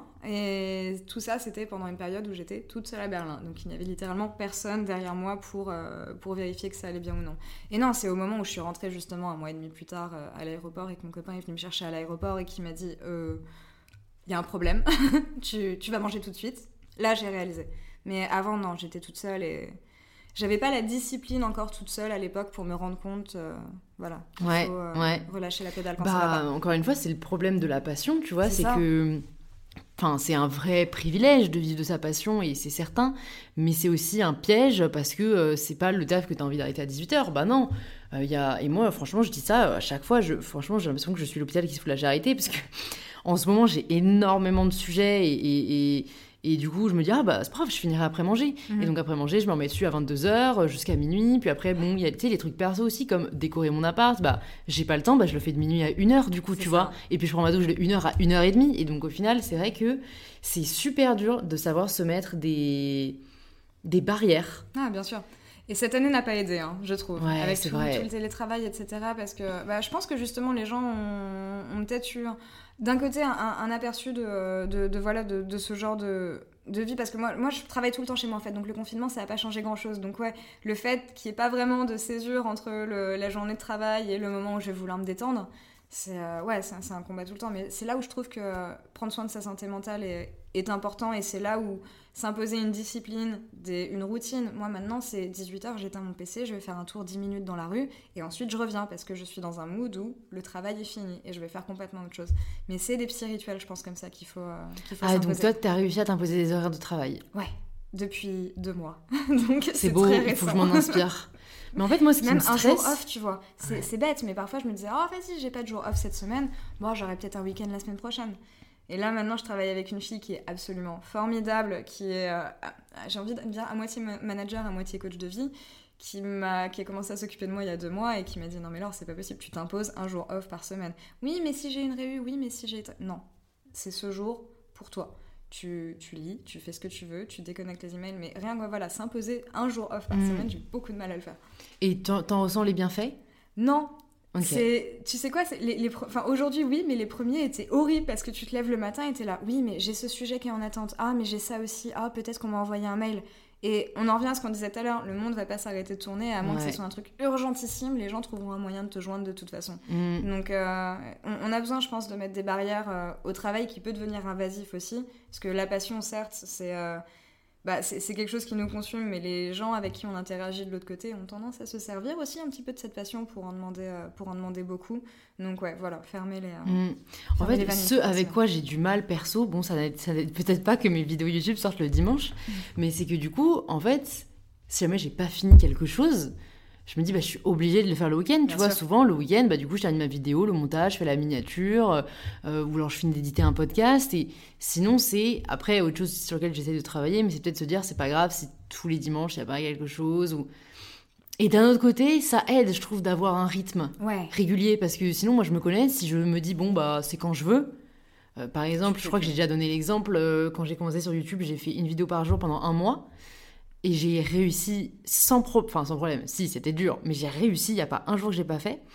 Et tout ça, c'était pendant une période où j'étais toute seule à Berlin. Donc il n'y avait littéralement personne derrière moi pour, euh, pour vérifier que ça allait bien ou non. Et non, c'est au moment où je suis rentrée justement un mois et demi plus tard euh, à l'aéroport et que mon copain est venu me chercher à l'aéroport et qui m'a dit euh, il y a un problème, tu, tu vas manger tout de suite. Là, j'ai réalisé. Mais avant, non, j'étais toute seule et j'avais pas la discipline encore toute seule à l'époque pour me rendre compte, euh, voilà, qu'il Ouais, faut euh, ouais. relâcher la pédale quand ça va Bah, pas. encore une fois, c'est le problème de la passion, tu vois, C'est c'est ça. que... Enfin, c'est un vrai privilège de vivre de sa passion, et c'est certain, mais c'est aussi un piège, parce que euh, c'est pas le taf que t'as envie d'arrêter à dix-huit heures, bah non. Euh, y a... Et moi, franchement, je dis ça, euh, à chaque fois, je... franchement, j'ai l'impression que je suis l'hôpital qui se fout la charité, parce que en ce moment, j'ai énormément de sujets, et, et, et, et du coup, je me dis, ah bah, c'est pas grave, je finirai après manger. Mhm. Et donc, après manger, je me remets dessus à vingt-deux heures, jusqu'à minuit, puis après, bon, il y a, tu sais, les trucs perso aussi, comme décorer mon appart, bah, j'ai pas le temps, bah, je le fais de minuit à une heure, du coup, C'est tu ça. vois. Et puis, je prends ma douche de une heure à une heure et demie, et donc, au final, c'est vrai que c'est super dur de savoir se mettre des, des barrières. Ah, bien sûr. Et cette année n'a pas aidé, hein, je trouve, Ouais, avec c'est tout, vrai. tout le télétravail, et cetera. Parce que bah, je pense que justement, les gens ont, ont peut-être eu, d'un côté, un, un aperçu de, de, de, voilà, de, de ce genre de, de vie. Parce que moi, moi, je travaille tout le temps chez moi, en fait. Donc, le confinement, ça n'a pas changé grand-chose. Donc, ouais, le fait qu'il n'y ait pas vraiment de césure entre le, la journée de travail et le moment où je vais vouloir me détendre, c'est, euh, ouais, c'est, c'est un combat tout le temps. Mais c'est là où je trouve que euh, prendre soin de sa santé mentale est, est important. Et c'est là où s'imposer une discipline, des, une routine. Moi, maintenant, c'est dix-huit heures, j'éteins mon P C, je vais faire un tour dix minutes dans la rue, et ensuite je reviens parce que je suis dans un mood où le travail est fini et je vais faire complètement autre chose. Mais c'est des petits rituels, je pense, comme ça qu'il faut, euh, qu'il faut Ah, s'imposer. donc toi, t'as réussi à t'imposer des horaires de travail. Ouais, depuis deux mois. Donc c'est, C'est beau, très il récent. faut que je m'en inspire. Mais en fait, moi, ce qui Même me un jour stresse... off, tu vois. C'est, Ouais. c'est bête, mais parfois je me disais, oh vas-y, j'ai pas de jour off cette semaine. Bon, j'aurai peut-être un week-end la semaine prochaine. Et là, maintenant, je travaille avec une fille qui est absolument formidable, qui est, euh, j'ai envie de dire, à moitié ma- manager, à moitié coach de vie, qui, m'a, qui a commencé à s'occuper de moi il y a deux mois et qui m'a dit, non mais Laure, c'est pas possible, tu t'imposes un jour off par semaine. Oui, mais si j'ai une réu, oui, mais si j'ai... Non, c'est ce jour pour toi. Tu, tu lis, tu fais ce que tu veux, tu déconnectes les emails, mais rien que voilà, s'imposer un jour off par Mm. semaine, j'ai beaucoup de mal à le faire. Et t'en, t'en ressens les bienfaits? Non, Ok. c'est, tu sais quoi, c'est les, les pre- enfin, aujourd'hui oui, mais les premiers étaient horribles parce que tu te lèves le matin et t'es là, oui mais j'ai ce sujet qui est en attente, ah mais j'ai ça aussi, ah peut-être qu'on m'a envoyé un mail. Et on en revient à ce qu'on disait tout à l'heure, le monde va pas s'arrêter de tourner, à moins que Ouais. ce soit un truc urgentissime, les gens trouveront un moyen de te joindre de toute façon. Mm. Donc euh, on, on a besoin, je pense, de mettre des barrières euh, au travail qui peut devenir invasif aussi, parce que la passion, certes, c'est... euh, Bah, c'est, c'est quelque chose qui nous consume, mais les gens avec qui on interagit de l'autre côté ont tendance à se servir aussi un petit peu de cette passion pour en demander, euh, pour en demander beaucoup. Donc ouais, voilà, fermez les... euh, Mm. En fermez les fait, vannes ce une avec fois, quoi j'ai du mal perso, bon, ça n'aide, ça n'aide peut-être pas que mes vidéos YouTube sortent le dimanche, Mm. mais c'est que du coup, en fait, si jamais j'ai pas fini quelque chose, je me dis, bah, je suis obligée de le faire le week-end. Tu Bien vois, sûr. souvent, le week-end, bah, du coup, je termine ma vidéo, le montage, je fais la miniature, euh, ou alors je finis d'éditer un podcast. Et sinon, c'est après autre chose sur lequel j'essaie de travailler, mais c'est peut-être se dire, c'est pas grave si tous les dimanches, il n'y a pas quelque chose. Ou... Et d'un autre côté, ça aide, je trouve, d'avoir un rythme Ouais. régulier, parce que sinon, moi, je me connais, si je me dis, bon, bah, c'est quand je veux. Euh, par exemple, je crois que j'ai déjà donné l'exemple, euh, quand j'ai commencé sur YouTube, j'ai fait une vidéo par jour pendant un mois. Et j'ai réussi sans, pro... enfin, sans problème. Si, c'était dur, mais j'ai réussi, il n'y a pas un jour que j'ai pas fait.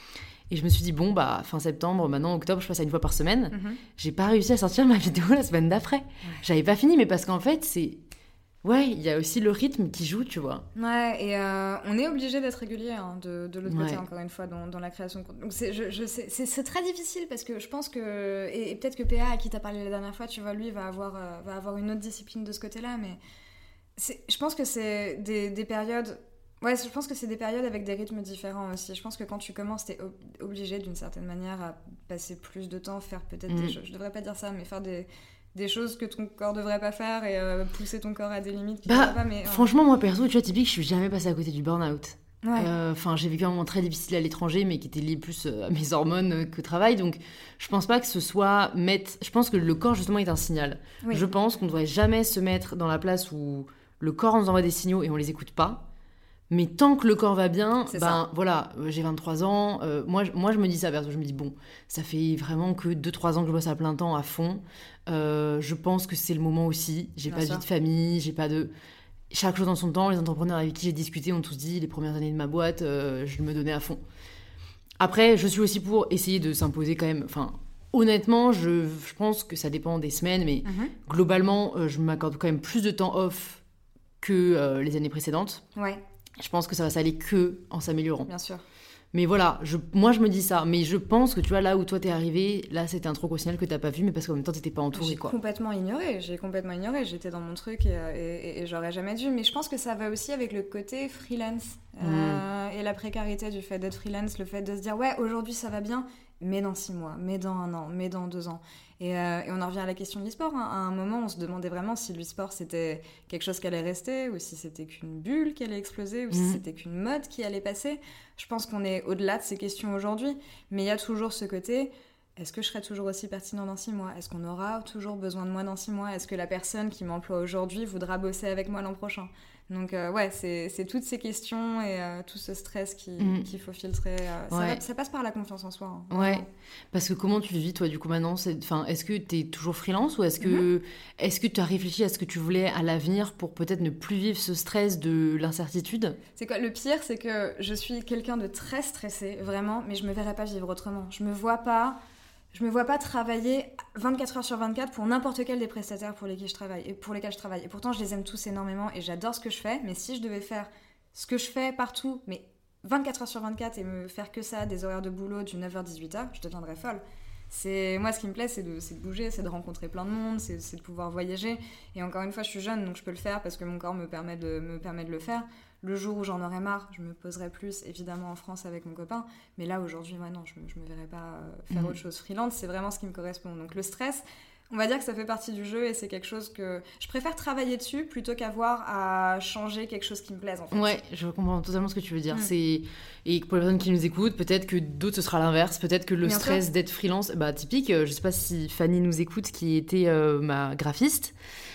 Et je me suis dit, bon, bah, fin septembre, maintenant, octobre, je passe à une fois par semaine. Mhm. J'ai pas réussi à sortir ma vidéo la semaine d'après. Ouais. J'avais pas fini, mais parce qu'en fait, c'est... Ouais, il y a aussi le rythme qui joue, tu vois. Ouais, et euh, on est obligé d'être régulier hein, de, de l'autre côté, Ouais. encore une fois, dans, dans la création de contenu. Donc c'est, je, je sais, c'est, c'est très difficile parce que je pense que. Et, et peut-être que P A, à qui t'as parlé la dernière fois, tu vois, lui, va avoir, euh, va avoir une autre discipline de ce côté-là, mais c'est, je pense que c'est des, des périodes. Ouais, je pense que c'est des périodes avec des rythmes différents aussi. Je pense que quand tu commences, t'es ob- obligé d'une certaine manière à passer plus de temps, faire peut-être Mm. des choses. Je devrais pas dire ça, mais faire des. Des choses que ton corps devrait pas faire et euh, pousser ton corps à des limites qu'il Bah, devrait pas. Mais, euh, franchement, moi, perso, tu vois, typique, je suis jamais passée à côté du burn-out. ouais. Enfin, j'ai vécu un moment très difficile à l'étranger, mais qui était lié plus euh, à mes hormones euh, qu'au travail. Donc, je pense pas que ce soit mettre. Je pense que le corps, justement, est un signal. Oui. Je pense qu'on ne devrait jamais se mettre dans la place où le corps nous envoie des signaux et on les écoute pas. Mais tant que le corps va bien, C'est ben ça. voilà, euh, j'ai vingt-trois ans. euh, moi, je- moi, je me dis ça, perso. Je me dis, bon, ça fait vraiment que deux trois ans que je bosse à plein temps, à fond. Euh, je pense que c'est le moment aussi. J'ai Bien pas de sûr. vie de famille, j'ai pas de. Chaque chose dans son temps. Les entrepreneurs avec qui j'ai discuté ont tous dit, les premières années de ma boîte, euh, je me donnais à fond. Après, je suis aussi pour essayer de s'imposer quand même. Enfin, honnêtement, je, je pense que ça dépend des semaines, mais Mhm. globalement, euh, je m'accorde quand même plus de temps off que euh, les années précédentes. Ouais, Je pense que ça va s'aller que en s'améliorant. bien sûr. Mais voilà, je, moi je me dis ça. Mais je pense que tu vois, là où toi t'es arrivé, là c'était un trop au signal que t'as pas vu, mais parce qu'en même temps t'étais pas entouré, J'ai quoi. complètement ignoré, j'ai complètement ignoré, j'étais dans mon truc et, et- et- et j'aurais jamais dû. Mais je pense que ça va aussi avec le côté freelance euh, et la précarité du fait d'être freelance, le fait de se dire ouais aujourd'hui ça va bien, mais dans six mois, mais dans un an, mais dans deux ans. Et, euh, et on en revient à la question de l'e-sport. Hein. À un moment, on se demandait vraiment si l'e-sport c'était quelque chose qui allait rester, ou si c'était qu'une bulle qui allait exploser, ou si Mhm. c'était qu'une mode qui allait passer. Je pense qu'on est au-delà de ces questions aujourd'hui, mais il y a toujours ce côté. Est-ce que je serai toujours aussi pertinent dans six mois ? Est-ce qu'on aura toujours besoin de moi dans six mois ? Est-ce que la personne qui m'emploie aujourd'hui voudra bosser avec moi l'an prochain ? Donc euh, ouais, c'est, c'est toutes ces questions et euh, tout ce stress qui, Mm. qu'il faut filtrer. euh, ça, Ouais. va- ça passe par la confiance en soi. hein. Ouais, Vraiment. parce que comment tu le vis toi du coup maintenant c'est... Enfin, est-ce que t'es toujours freelance ou est-ce que est-ce que tu as réfléchi à ce que tu voulais à l'avenir pour peut-être ne plus vivre ce stress de l'incertitude ? C'est quoi le pire, c'est que je suis quelqu'un de très stressé, vraiment, mais je me verrais pas vivre autrement. Je me vois pas, je me vois pas travailler vingt-quatre heures sur vingt-quatre pour n'importe quel des prestataires pour lesquels je travaille et pour lesquels je travaille. Et pourtant, je les aime tous énormément et j'adore ce que je fais. Mais si je devais faire ce que je fais partout, mais vingt-quatre heures sur vingt-quatre et me faire que ça, des horaires de boulot du neuf heures à dix-huit heures, je deviendrais folle. C'est... Moi, ce qui me plaît, c'est de, c'est de bouger, c'est de rencontrer plein de monde, c'est, c'est de pouvoir voyager. Et encore une fois, je suis jeune, donc je peux le faire parce que mon corps me permet de, me permet de le faire. Le jour où j'en aurai marre, je me poserai plus, évidemment, en France avec mon copain. Mais là, aujourd'hui, ouais, non, je ne me verrai pas euh, faire Mhm. autre chose. Freelance, c'est vraiment ce qui me correspond. Donc le stress, on va dire que ça fait partie du jeu et c'est quelque chose que... Je préfère travailler dessus plutôt qu'avoir à changer quelque chose qui me plaise, en fait. Ouais, je comprends totalement ce que tu veux dire. Mm. C'est... Et pour les personnes qui nous écoutent, peut-être que d'autres ce sera l'inverse. Peut-être que le Bien stress sûr. d'être freelance, bah typique, euh, je sais pas si Fanny nous écoute, qui était euh, ma graphiste.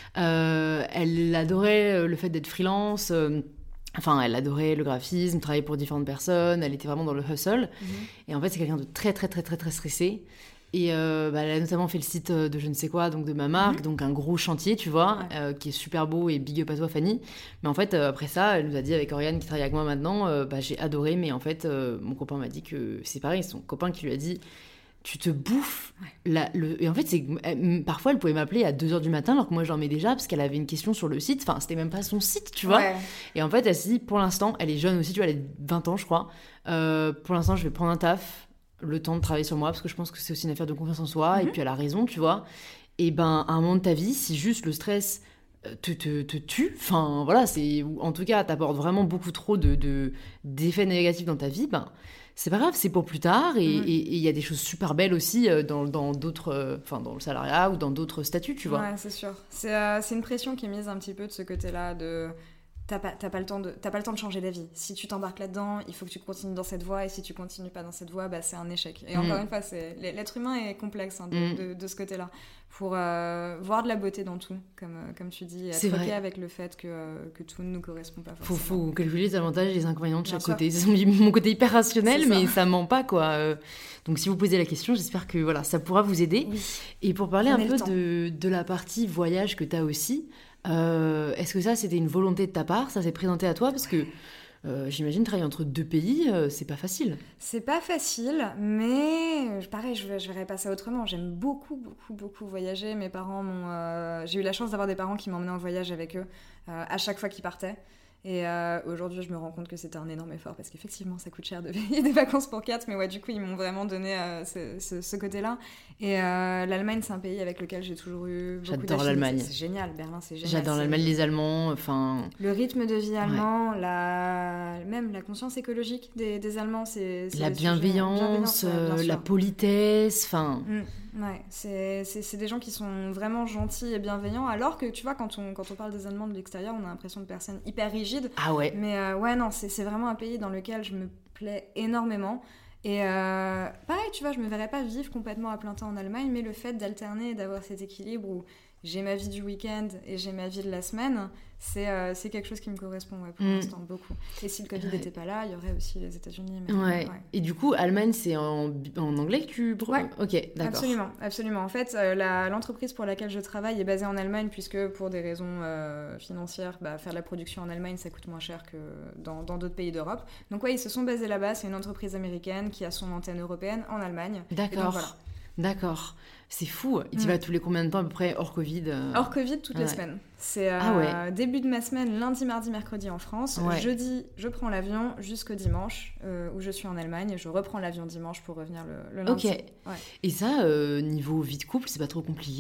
Euh, elle adorait euh, le fait d'être freelance. euh, Enfin, elle adorait le graphisme, travailler pour différentes personnes. Elle était vraiment dans le hustle. Mhm. Et en fait, c'est quelqu'un de très, très, très, très, très stressé. Et euh, bah, elle a notamment fait le site de je ne sais quoi, donc de ma marque, Mhm. donc un gros chantier, tu vois, Ouais. euh, qui est super beau et big up à toi, Fanny. Mais en fait, euh, après ça, elle nous a dit avec Oriane qui travaille avec moi maintenant, euh, bah, j'ai adoré, mais en fait, euh, mon copain m'a dit que c'est pareil, son copain qui lui a dit, tu te bouffes. La, le... Et en fait, c'est elle- parfois, elle pouvait m'appeler à deux heures du matin, alors que moi, j'en mets déjà, parce qu'elle avait une question sur le site. Enfin, c'était même pas son site, tu vois. Ouais. Et en fait, elle s'est dit, pour l'instant, elle est jeune aussi, tu vois, elle a vingt ans, je crois. Euh, pour l'instant, je vais prendre un taf, le temps de travailler sur moi, parce que je pense que c'est aussi une affaire de confiance en soi. Et Mhm. puis, elle a raison, tu vois. Et ben, à un moment de ta vie, si juste le stress euh, te, te, te tue, enfin, voilà, c'est... ou en tout cas, t'apporte vraiment beaucoup trop de, de, d'effets négatifs dans ta vie, ben, c'est pas grave, c'est pour plus tard. Et Mhm. il y a des choses super belles aussi euh, dans, dans d'autres... euh, Enfin, dans le salariat ou dans d'autres statuts, tu vois. Ouais, c'est sûr. C'est, euh, c'est une pression qui est mise un petit peu de ce côté-là de... T'as pas, t'as pas le temps de, t'as pas le temps de changer d'avis. Si tu t'embarques là-dedans, il faut que tu continues dans cette voie, et si tu continues pas dans cette voie, bah, c'est un échec. Et Mm. encore une fois, c'est, l'être humain est complexe hein, de, Mm. de, de ce côté-là. Pour euh, voir de la beauté dans tout, comme, euh, comme tu dis, et C'est être vrai. ok avec le fait que, euh, que tout ne nous correspond pas Faut, forcément. faut calculer les avantages et les inconvénients de Bien chaque sûr. côté. C'est mon côté hyper rationnel, C'est ça. mais ça ment pas, quoi. Euh, Donc, si vous posez la question, j'espère que voilà, ça pourra vous aider. Oui. Et pour parler Prenez un le peu temps. de, de la partie voyage que tu as aussi, euh, est-ce que ça, c'était une volonté de ta part ? Ça s'est présenté à toi ? Parce que Euh, j'imagine travailler entre deux pays, euh, c'est pas facile. C'est pas facile, mais euh, pareil, je, je verrais pas ça autrement. J'aime beaucoup, beaucoup, beaucoup voyager. Mes parents m'ont... euh, J'ai eu la chance d'avoir des parents qui m'emmenaient en voyage avec eux euh, à chaque fois qu'ils partaient. Et euh, aujourd'hui, je me rends compte que c'était un énorme effort parce qu'effectivement, ça coûte cher de payer des vacances pour quatre. Mais ouais, du coup, ils m'ont vraiment donné euh, ce, ce, ce côté-là. Et euh, l'Allemagne, c'est un pays avec lequel j'ai toujours eu beaucoup J'adore d'affinités. l'Allemagne. C'est génial, Berlin, c'est génial. J'adore c'est... l'Allemagne, les Allemands, enfin... Le rythme de vie allemand, ouais. la... même la conscience écologique des, des Allemands, c'est... c'est la bienveillance, bienveillance euh, la politesse, enfin... Mmh, ouais, c'est, c'est, c'est des gens qui sont vraiment gentils et bienveillants, alors que, tu vois, quand on, quand on parle des Allemands de l'extérieur, on a l'impression de personnes hyper rigides. Ah ouais. Mais euh, ouais, non, c'est, c'est vraiment un pays dans lequel je me plais énormément. Et euh, pareil, tu vois, je me verrais pas vivre complètement à plein temps en Allemagne, mais le fait d'alterner et d'avoir cet équilibre où j'ai ma vie du week-end et j'ai ma vie de la semaine, c'est, euh, c'est quelque chose qui me correspond ouais, pour mmh. l'instant beaucoup. Et si le Covid n'était ouais. pas là, il y aurait aussi les États-Unis. Mais ouais. ouais. Et du coup, Allemagne, c'est en, en anglais que tu... Ouais, ok, d'accord. Absolument, absolument. En fait, euh, la, l'entreprise pour laquelle je travaille est basée en Allemagne, puisque pour des raisons euh, financières, bah, faire de la production en Allemagne, ça coûte moins cher que dans, dans d'autres pays d'Europe. Donc ouais, ils se sont basés là-bas. C'est une entreprise américaine qui a son antenne européenne en Allemagne. D'accord. Donc, voilà. D'accord. C'est fou. Il t'y mmh. va tous les combien de temps à peu près hors Covid euh... Hors Covid, toutes ouais. les semaines. C'est euh, ah ouais. début de ma semaine, lundi, mardi, mercredi en France. Ouais. Jeudi, je prends l'avion jusqu'au dimanche euh, où je suis en Allemagne. Je reprends l'avion dimanche pour revenir le, le lundi. Ok. Ouais. Et ça, euh, niveau vie de couple, c'est pas trop compliqué ?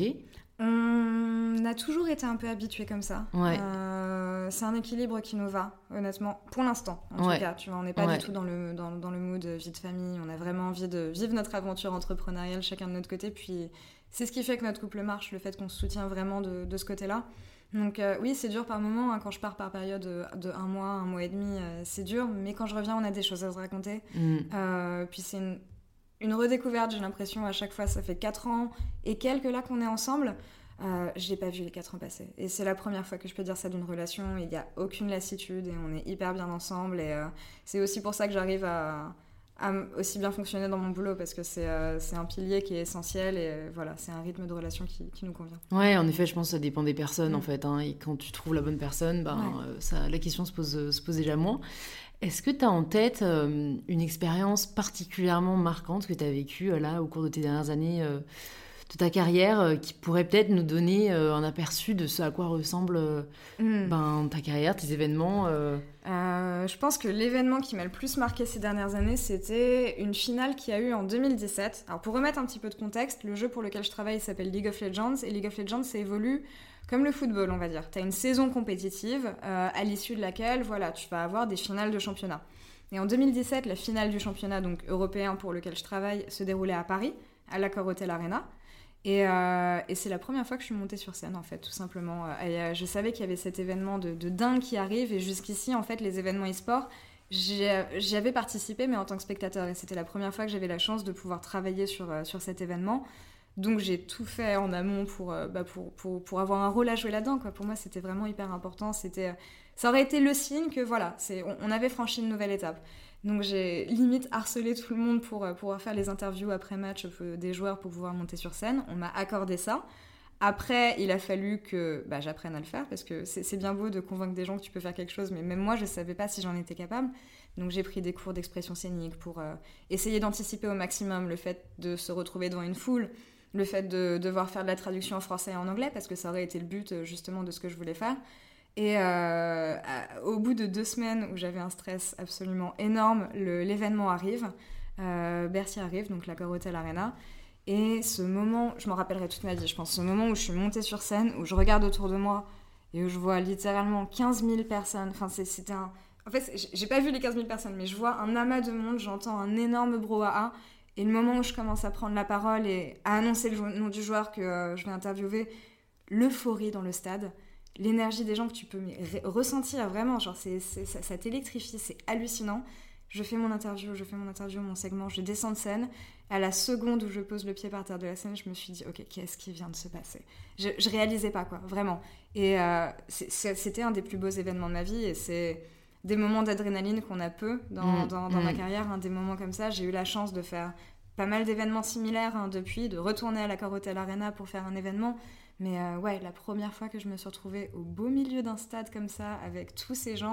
On a toujours été un peu habitués comme ça. Ouais. Euh, c'est un équilibre qui nous va, honnêtement, pour l'instant. En ouais. tout cas, tu vois, on n'est pas ouais. du tout dans le, dans, dans le mood vie de famille. On a vraiment envie de vivre notre aventure entrepreneuriale chacun de notre côté. Puis c'est ce qui fait que notre couple marche, le fait qu'on se soutient vraiment de, de ce côté-là. Donc euh, oui, c'est dur par moment. Hein, quand je pars par période de, de un mois, un mois et demi, euh, c'est dur. Mais quand je reviens, on a des choses à se raconter. Mm. Euh, puis c'est une... Une redécouverte, j'ai l'impression, à chaque fois, ça fait quatre ans et quelques là qu'on est ensemble. Euh, je n'ai pas vu les quatre ans passer. Et c'est la première fois que je peux dire ça d'une relation. Il n'y a aucune lassitude et on est hyper bien ensemble. Et euh, c'est aussi pour ça que j'arrive à, à aussi bien fonctionner dans mon boulot parce que c'est, euh, c'est un pilier qui est essentiel et euh, voilà, c'est un rythme de relation qui, qui nous convient. Ouais, en effet, je pense que ça dépend des personnes mmh. en fait. Hein, et quand tu trouves la bonne personne, ben, ouais. euh, ça, la question se pose, se pose déjà moins. Est-ce que tu as en tête euh, une expérience particulièrement marquante que tu as vécue euh, là au cours de tes dernières années euh, de ta carrière euh, qui pourrait peut-être nous donner euh, un aperçu de ce à quoi ressemble euh, mm. ben, ta carrière, tes événements euh... Euh, Je pense que l'événement qui m'a le plus marqué ces dernières années, c'était une finale qu'il y a eu en deux mille dix-sept. Alors pour remettre un petit peu de contexte, le jeu pour lequel je travaille s'appelle League of Legends et League of Legends, ça évolue comme le football, on va dire. Tu as une saison compétitive euh, à l'issue de laquelle voilà, tu vas avoir des finales de championnat. Et en deux mille dix-sept, la finale du championnat donc, européen pour lequel je travaille se déroulait à Paris, à l'Accor Hotel Arena. Et, euh, et c'est la première fois que je suis montée sur scène, en fait, tout simplement. Et, euh, je savais qu'il y avait cet événement de, de dingue qui arrive. Et jusqu'ici, en fait, les événements e-sport, j'y, j'y avais participé, mais en tant que spectateur. Et c'était la première fois que j'avais la chance de pouvoir travailler sur, euh, sur cet événement. Donc j'ai tout fait en amont pour, euh, bah pour, pour, pour avoir un rôle à jouer là-dedans, quoi. Pour moi, c'était vraiment hyper important. C'était, euh, ça aurait été le signe que voilà, c'est, on, on avait franchi une nouvelle étape. Donc j'ai limite harcelé tout le monde pour euh, pouvoir faire les interviews après-match euh, des joueurs pour pouvoir monter sur scène. On m'a accordé ça. Après, il a fallu que bah, j'apprenne à le faire parce que c'est, c'est bien beau de convaincre des gens que tu peux faire quelque chose, mais même moi, je ne savais pas si j'en étais capable. Donc j'ai pris des cours d'expression scénique pour euh, essayer d'anticiper au maximum le fait de se retrouver devant une foule, le fait de devoir faire de la traduction en français et en anglais, parce que ça aurait été le but justement de ce que je voulais faire. Et euh, à, au bout de deux semaines où j'avais un stress absolument énorme, le, l'événement arrive, euh, Bercy arrive, donc l'Accor Hotel Arena. Et ce moment, je m'en rappellerai toute ma vie, je pense, ce moment où je suis montée sur scène, où je regarde autour de moi et où je vois littéralement quinze mille personnes. Enfin, c'est, c'était un... En fait, j'ai pas vu les quinze mille personnes, mais je vois un amas de monde, j'entends un énorme brouhaha. Et le moment où je commence à prendre la parole et à annoncer le nom du joueur que euh, je vais interviewer, l'euphorie dans le stade, l'énergie des gens que tu peux ré- ressentir vraiment, genre c'est, c'est, ça, ça t'électrifie, c'est hallucinant. Je fais mon interview, je fais mon interview, mon segment, je descends de scène. À la seconde où je pose le pied par terre de la scène, je me suis dit, ok, qu'est-ce qui vient de se passer ? Je, je réalisais pas, quoi, vraiment. Et euh, c'est, c'est, c'était un des plus beaux événements de ma vie et c'est des moments d'adrénaline qu'on a peu dans, mmh, dans, dans mmh. ma carrière, hein, des moments comme ça. J'ai eu la chance de faire pas mal d'événements similaires hein, depuis, de retourner à l'Accor Hotel Arena pour faire un événement. Mais euh, ouais, la première fois que je me suis retrouvée au beau milieu d'un stade comme ça, avec tous ces gens,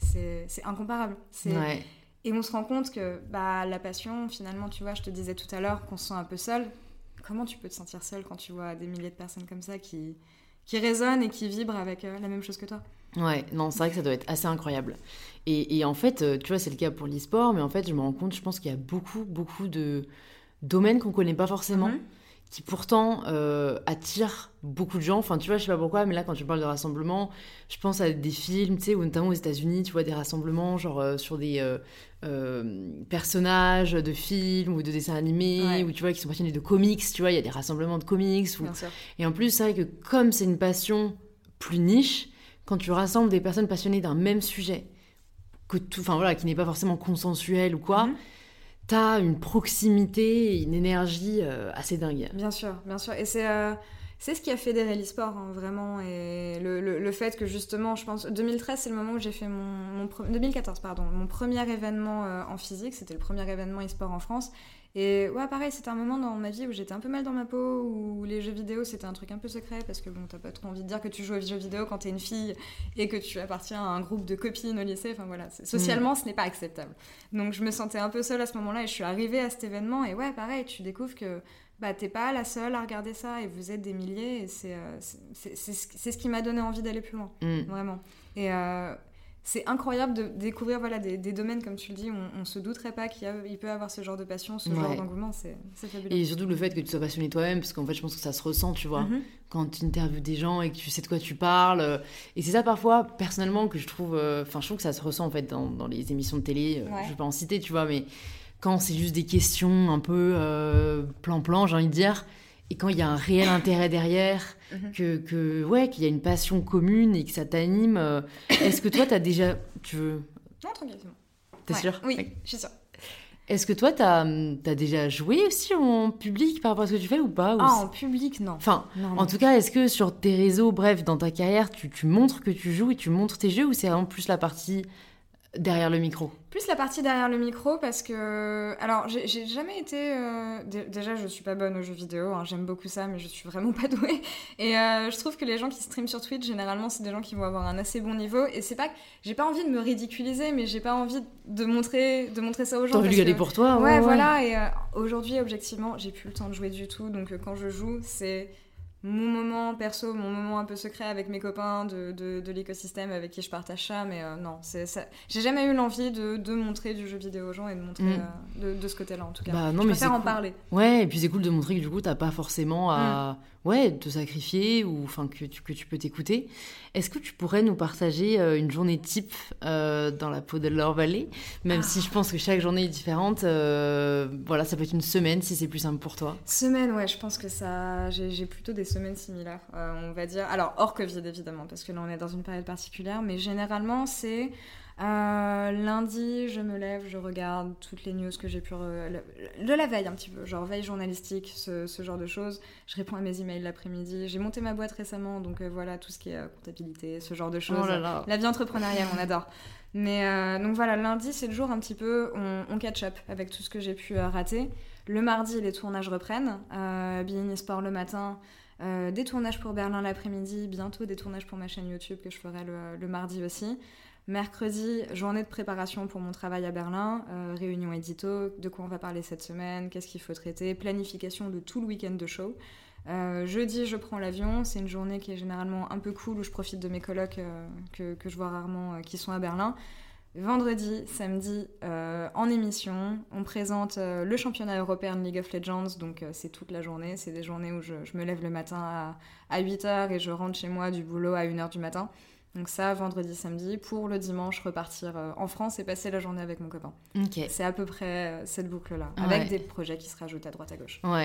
c'est, c'est incomparable. C'est... Ouais. Et on se rend compte que bah, la passion, finalement, tu vois, je te disais tout à l'heure qu'on se sent un peu seul. Comment tu peux te sentir seul quand tu vois des milliers de personnes comme ça qui, qui résonnent et qui vibrent avec euh, la même chose que toi? Ouais, non, c'est vrai que ça doit être assez incroyable. Et, et en fait, euh, tu vois, c'est le cas pour l'e-sport, mais en fait, je me rends compte, je pense qu'il y a beaucoup, beaucoup de domaines qu'on connaît pas forcément, Mhm. qui pourtant euh, attirent beaucoup de gens. Enfin, tu vois, je sais pas pourquoi, mais là, quand tu parles de rassemblements, je pense à des films, tu sais, ou notamment aux États-Unis, tu vois, des rassemblements, genre euh, sur des euh, euh, personnages de films ou de dessins animés, Ouais. ou tu vois, qui sont passionnés de comics, tu vois, il y a des rassemblements de comics. Ou... Bien sûr. Et en plus, c'est vrai que comme c'est une passion plus niche, quand tu rassembles des personnes passionnées d'un même sujet, que tout, enfin voilà, qui n'est pas forcément consensuel ou quoi, Mhm. t'as une proximité et une énergie euh, assez dingue. Bien sûr, bien sûr. Et c'est, euh, c'est ce qui a fédéré l'e-sport, hein, vraiment. Et le, le, le fait que justement, je pense, deux mille treize, c'est le moment où j'ai fait mon, mon pre- deux mille quatorze, pardon, mon premier événement euh, en physique. C'était le premier événement e-sport en France. Et ouais, pareil, c'était un moment dans ma vie où j'étais un peu mal dans ma peau, où les jeux vidéo, c'était un truc un peu secret, parce que bon, t'as pas trop envie de dire que tu joues aux jeux vidéo quand t'es une fille et que tu appartiens à un groupe de copines au lycée. Enfin voilà, c'est- socialement, ce n'est pas acceptable. Donc je me sentais un peu seule à ce moment-là et je suis arrivée à cet événement. Et ouais, pareil, tu découvres que bah, t'es pas la seule à regarder ça et vous êtes des milliers. Et c'est, euh, c'est, c'est, c'est, ce- c'est ce qui m'a donné envie d'aller plus loin, Mm. vraiment. Et euh, c'est incroyable de découvrir voilà, des, des domaines, comme tu le dis, on, on se douterait pas qu'il y a, il peut y avoir ce genre de passion, ce genre Ouais. d'engouement, c'est, c'est fabuleux. Et surtout le fait que tu sois passionné toi-même, parce qu'en fait, je pense que ça se ressent, tu vois, Mhm. quand tu interviews des gens et que tu sais de quoi tu parles. euh, Et c'est ça, parfois, personnellement, que je trouve. euh, Enfin, je trouve que ça se ressent, en fait, dans, dans les émissions de télé. euh, Ouais. Je vais pas en citer, tu vois, mais quand c'est juste des questions un peu euh, plan-plan, j'ai envie de dire, et quand il y a un réel intérêt derrière, Mhm. que, que, ouais, qu'il y a une passion commune et que ça t'anime. euh, Est-ce que toi, t'as déjà. Tu veux. Non, tranquille, c'est bon. T'es Ouais. sûr? Oui, Ok. je suis sûre. Est-ce que toi, t'as as déjà joué aussi en public par rapport à ce que tu fais ou pas? Ou Ah, c'est- en public, non. Enfin, Non, en non. tout cas, est-ce que sur tes réseaux, bref, dans ta carrière, tu, tu montres que tu joues et tu montres tes jeux ou c'est vraiment plus la partie derrière le micro? Plus la partie derrière le micro parce que... Alors, j'ai, j'ai jamais été... euh, dé- Déjà, je suis pas bonne aux jeux vidéo, hein, j'aime beaucoup ça, mais je suis vraiment pas douée. Et euh, je trouve que les gens qui streament sur Twitch, généralement, c'est des gens qui vont avoir un assez bon niveau. Et c'est pas que... J'ai pas envie de me ridiculiser, mais j'ai pas envie de montrer, de montrer ça aux gens. T'as envie de parce garder que- pour toi? Ouais, voilà. Et euh, aujourd'hui, objectivement, j'ai plus le temps de jouer du tout. Donc, euh, quand je joue, c'est mon moment perso, mon moment un peu secret avec mes copains de, de, de l'écosystème avec qui je partage ça. Mais euh, non, c'est ça. J'ai jamais eu l'envie de, de montrer du jeu vidéo aux gens et de montrer Mm. euh, de, de ce côté-là, en tout cas. Bah non, je mais préfère c'est en cool. parler. Ouais, et puis c'est cool de montrer que du coup, t'as pas forcément à ouais, te sacrifier ou enfin que tu, que tu peux t'écouter. Est-ce que tu pourrais nous partager euh, une journée type euh, dans la peau de Laure Vallée? Même Ah. si je pense que chaque journée est différente, euh, voilà, ça peut être une semaine si c'est plus simple pour toi. Semaine, ouais, je pense que ça. J'ai, j'ai plutôt des semaines similaires, euh, on va dire. Alors, hors Covid, évidemment, parce que là, on est dans une période particulière, mais généralement, c'est. euh, lundi, je me lève, je regarde toutes les news que j'ai pu. re- le- De la veille, un petit peu, genre veille journalistique, ce, ce genre de choses. Je réponds à mes emails l'après-midi. J'ai monté ma boîte récemment, donc euh, voilà, tout ce qui est euh, comptabilité, ce genre de choses. Oh là là. La vie entrepreneuriale, on adore. Mais euh, donc voilà, lundi, c'est le jour un petit peu, on, on catch up avec tout ce que j'ai pu euh, rater. Le mardi, les tournages reprennent. Euh, Bein Sport le matin, euh, des tournages pour Berlin l'après-midi, bientôt des tournages pour ma chaîne YouTube que je ferai le, le mardi aussi. Mercredi, journée de préparation pour mon travail à Berlin, euh, réunion édito, de quoi on va parler cette semaine, qu'est-ce qu'il faut traiter, planification de tout le week-end de show. Euh, jeudi, je prends l'avion, c'est une journée qui est généralement un peu cool où je profite de mes colocs euh, que, que je vois rarement euh, qui sont à Berlin. Vendredi, samedi, euh, en émission, on présente euh, le championnat européen de League of Legends, donc euh, c'est toute la journée, c'est des journées où je, je me lève le matin à, à huit heures et je rentre chez moi du boulot à une heure du matin. Donc ça, vendredi, samedi, pour le dimanche repartir euh, en France et passer la journée avec mon copain. Ok. C'est à peu près euh, cette boucle-là, Ouais. avec des projets qui se rajoutent à droite à gauche. Ouais.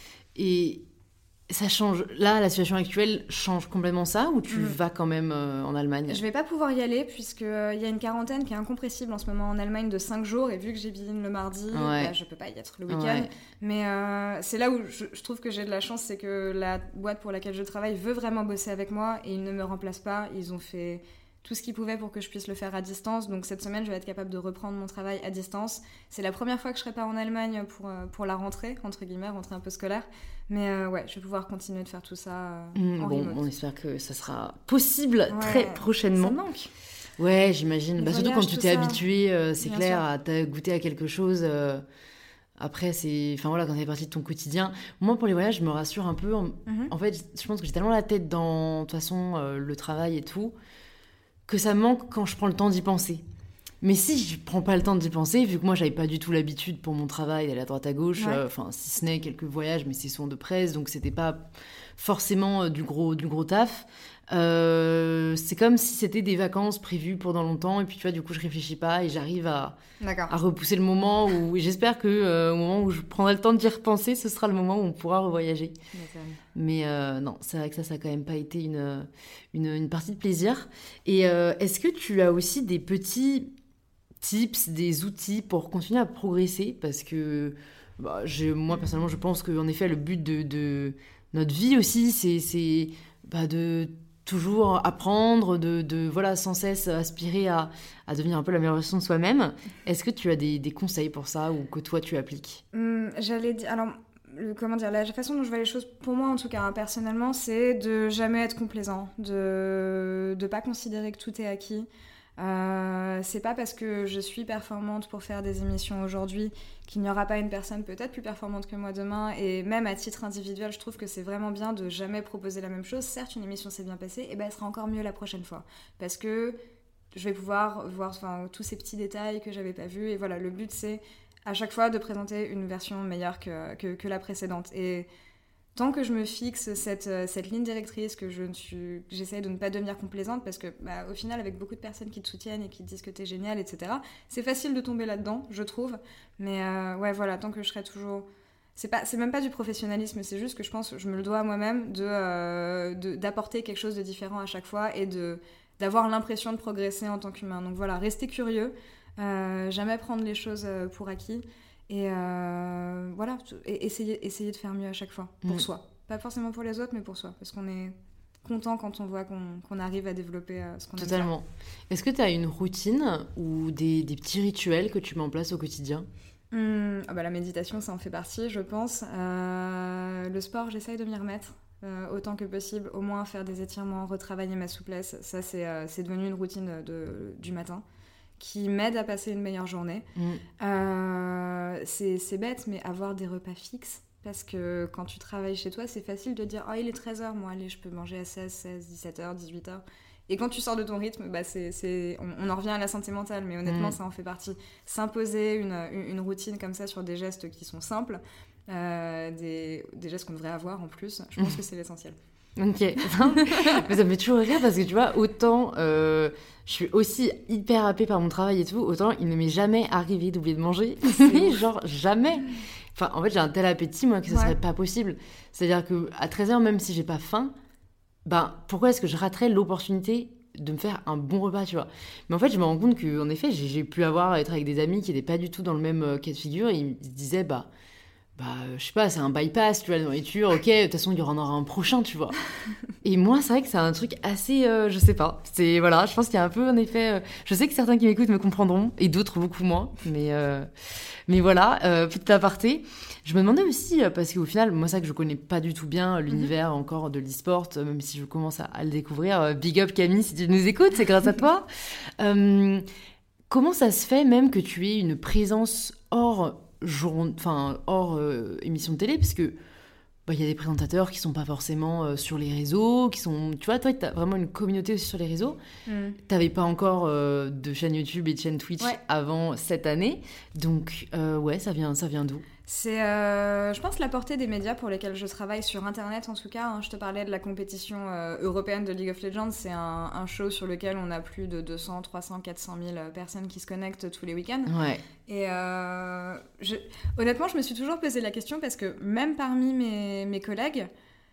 Et ça change. Là, la situation actuelle change complètement ça ou tu Mhm. vas quand même euh, en Allemagne? Je vais pas pouvoir y aller puisqu'il y a une quarantaine qui est incompressible en ce moment en Allemagne de cinq jours et vu que j'ai Bein le mardi, Ouais. bah, je peux pas y être le week-end. Ouais. Mais euh, c'est là où je, je trouve que j'ai de la chance, c'est que la boîte pour laquelle je travaille veut vraiment bosser avec moi et ils ne me remplacent pas. Ils ont fait tout ce qu'ils pouvaient pour que je puisse le faire à distance. Donc cette semaine, je vais être capable de reprendre mon travail à distance. C'est la première fois que je serai pas en Allemagne pour, euh, pour la rentrée, entre guillemets, rentrée un peu scolaire. Mais euh, ouais, je vais pouvoir continuer de faire tout ça euh, Mmh, en bon, remote. on espère que ça sera possible Ouais, très prochainement. Ça me manque. Ouais, j'imagine. Bah, surtout quand tu t'es ça... habitué, euh, c'est Bien clair, sûr. à t'as goûté à quelque chose. euh, Après, c'est. Enfin voilà, quand ça fait partie de ton quotidien. Moi, pour les voyages, je me rassure un peu. En, Mhm. en fait, je pense que j'ai tellement la tête dans, de toute façon, euh, le travail et tout, que ça me manque quand je prends le temps d'y penser. Mais si je prends pas le temps d'y penser, vu que moi j'avais pas du tout l'habitude pour mon travail d'aller à droite à gauche, Ouais. euh, enfin si ce n'est quelques voyages, mais c'est souvent de presse, donc c'était pas forcément euh, du gros du gros taf. Euh, c'est comme si c'était des vacances prévues pour dans longtemps, et puis tu vois du coup je réfléchis pas et j'arrive à, D'accord. à repousser le moment où et j'espère que euh, au moment où je prendrai le temps d'y repenser, ce sera le moment où on pourra revoyager. D'accord. Mais euh, non, c'est vrai que ça, ça a quand même pas été une, une, une partie de plaisir. Et euh, est-ce que tu as aussi des petits tips, des outils pour continuer à progresser? Parce que bah, j'ai- moi, personnellement, je pense qu'en effet, le but de, de notre vie aussi, c'est c'est, bah, de toujours apprendre, de, de voilà, sans cesse aspirer à, à devenir un peu la meilleure version de soi-même. Est-ce que tu as des, des conseils pour ça ou que toi, tu appliques? Hum, j'allais dire. Alors, le- comment dire, la façon dont je vois les choses, pour moi en tout cas, hein, personnellement, c'est de jamais être complaisant, de ne pas considérer que tout est acquis. Euh, c'est pas parce que je suis performante pour faire des émissions aujourd'hui qu'il n'y aura pas une personne peut-être plus performante que moi demain. Et même à titre individuel, je trouve que c'est vraiment bien de jamais proposer la même chose. Certes, une émission s'est bien passée, et ben elle sera encore mieux la prochaine fois. Parce que je vais pouvoir voir enfin, tous ces petits détails que j'avais pas vus. Et voilà, le but c'est à chaque fois de présenter une version meilleure que, que, que la précédente. Et tant que je me fixe cette, cette ligne directrice, que je ne suis, j'essaye de ne pas devenir complaisante, parce que bah, au final, avec beaucoup de personnes qui te soutiennent et qui te disent que t'es génial, et cetera, c'est facile de tomber là-dedans, je trouve. Mais euh, ouais, voilà, tant que je serai toujours... C'est, pas, c'est même pas du professionnalisme, c'est juste que je pense que je me le dois à moi-même de, euh, de, d'apporter quelque chose de différent à chaque fois et de, d'avoir l'impression de progresser en tant qu'humain. Donc voilà, rester curieux, euh, jamais prendre les choses pour acquis. Et euh, voilà, et essayer, essayer de faire mieux à chaque fois, pour Mm. soi. Pas forcément pour les autres, mais pour soi. Parce qu'on est content quand on voit qu'on, qu'on arrive à développer euh, ce qu'on aime faire. Totalement. Est-ce que tu as une routine ou des, des petits rituels que tu mets en place au quotidien? Hum, ah bah, la méditation, ça en fait partie, je pense. Euh, le sport, j'essaye de m'y remettre. Euh, autant que possible, au moins faire des étirements, retravailler ma souplesse. Ça, c'est, euh, c'est devenu une routine de, du matin qui m'aide à passer une meilleure journée. Mm. Euh, c'est, c'est bête, mais avoir des repas fixes, parce que quand tu travailles chez toi, c'est facile de dire « Oh, il est treize heures, moi, allez, je peux manger à seize, seize, dix-sept heures, dix-huit heures. » Et quand tu sors de ton rythme, bah c'est, c'est, on, on en revient à la santé mentale, mais honnêtement, Mm. ça en fait partie. S'imposer une, une, une routine comme ça sur des gestes qui sont simples, euh, des, des gestes qu'on devrait avoir en plus, je pense que c'est l'essentiel. Ok. Mais ça me fait toujours rire parce que tu vois, autant euh, je suis aussi hyper happée par mon travail et tout, autant il ne m'est jamais arrivé d'oublier de manger. Mais genre jamais. Enfin, en fait, j'ai un tel appétit, moi, que ce Ouais. serait pas possible. C'est-à-dire qu'à treize heures, même si j'ai pas faim, ben, pourquoi est-ce que je raterais l'opportunité de me faire un bon repas, tu vois? Mais en fait, je me rends compte qu'en effet, j'ai, j'ai pu avoir à être avec des amis qui n'étaient pas du tout dans le même euh, cas de figure. Et ils me disaient, bah, bah, euh, je sais pas, c'est un bypass, tu vois, la nourriture, ok, de toute façon, il y en aura un prochain, tu vois. Et moi, c'est vrai que c'est un truc assez, euh, je sais pas, c'est, voilà, je pense qu'il y a un peu, en effet, euh, je sais que certains qui m'écoutent me comprendront, et d'autres beaucoup moins, mais, euh, mais voilà, euh, petit aparté. Je me demandais aussi, euh, parce qu'au final, moi, c'est vrai que je connais pas du tout bien l'univers encore de l'e-sport, euh, même si je commence à, à le découvrir. Euh, big up Camille, si tu nous écoutes, c'est grâce à toi. Euh, comment ça se fait même que tu aies une présence hors jour, enfin hors euh, émission de télé, parce que bah, y a des présentateurs qui sont pas forcément euh, sur les réseaux, qui sont, tu vois, toi, t'as vraiment une communauté aussi sur les réseaux. Mm. T'avais pas encore euh, de chaîne YouTube et de chaîne Twitch Ouais. avant cette année, donc euh, ouais, ça vient, ça vient d'où? C'est, euh, je pense, la portée des médias pour lesquels je travaille sur Internet, en tout cas. Hein. Je te parlais de la compétition euh, européenne de League of Legends. C'est un, un show sur lequel on a plus de deux cents, trois cents, quatre cent mille personnes qui se connectent tous les week-ends. Ouais. Et euh, je, honnêtement, je me suis toujours posé la question parce que même parmi mes, mes collègues,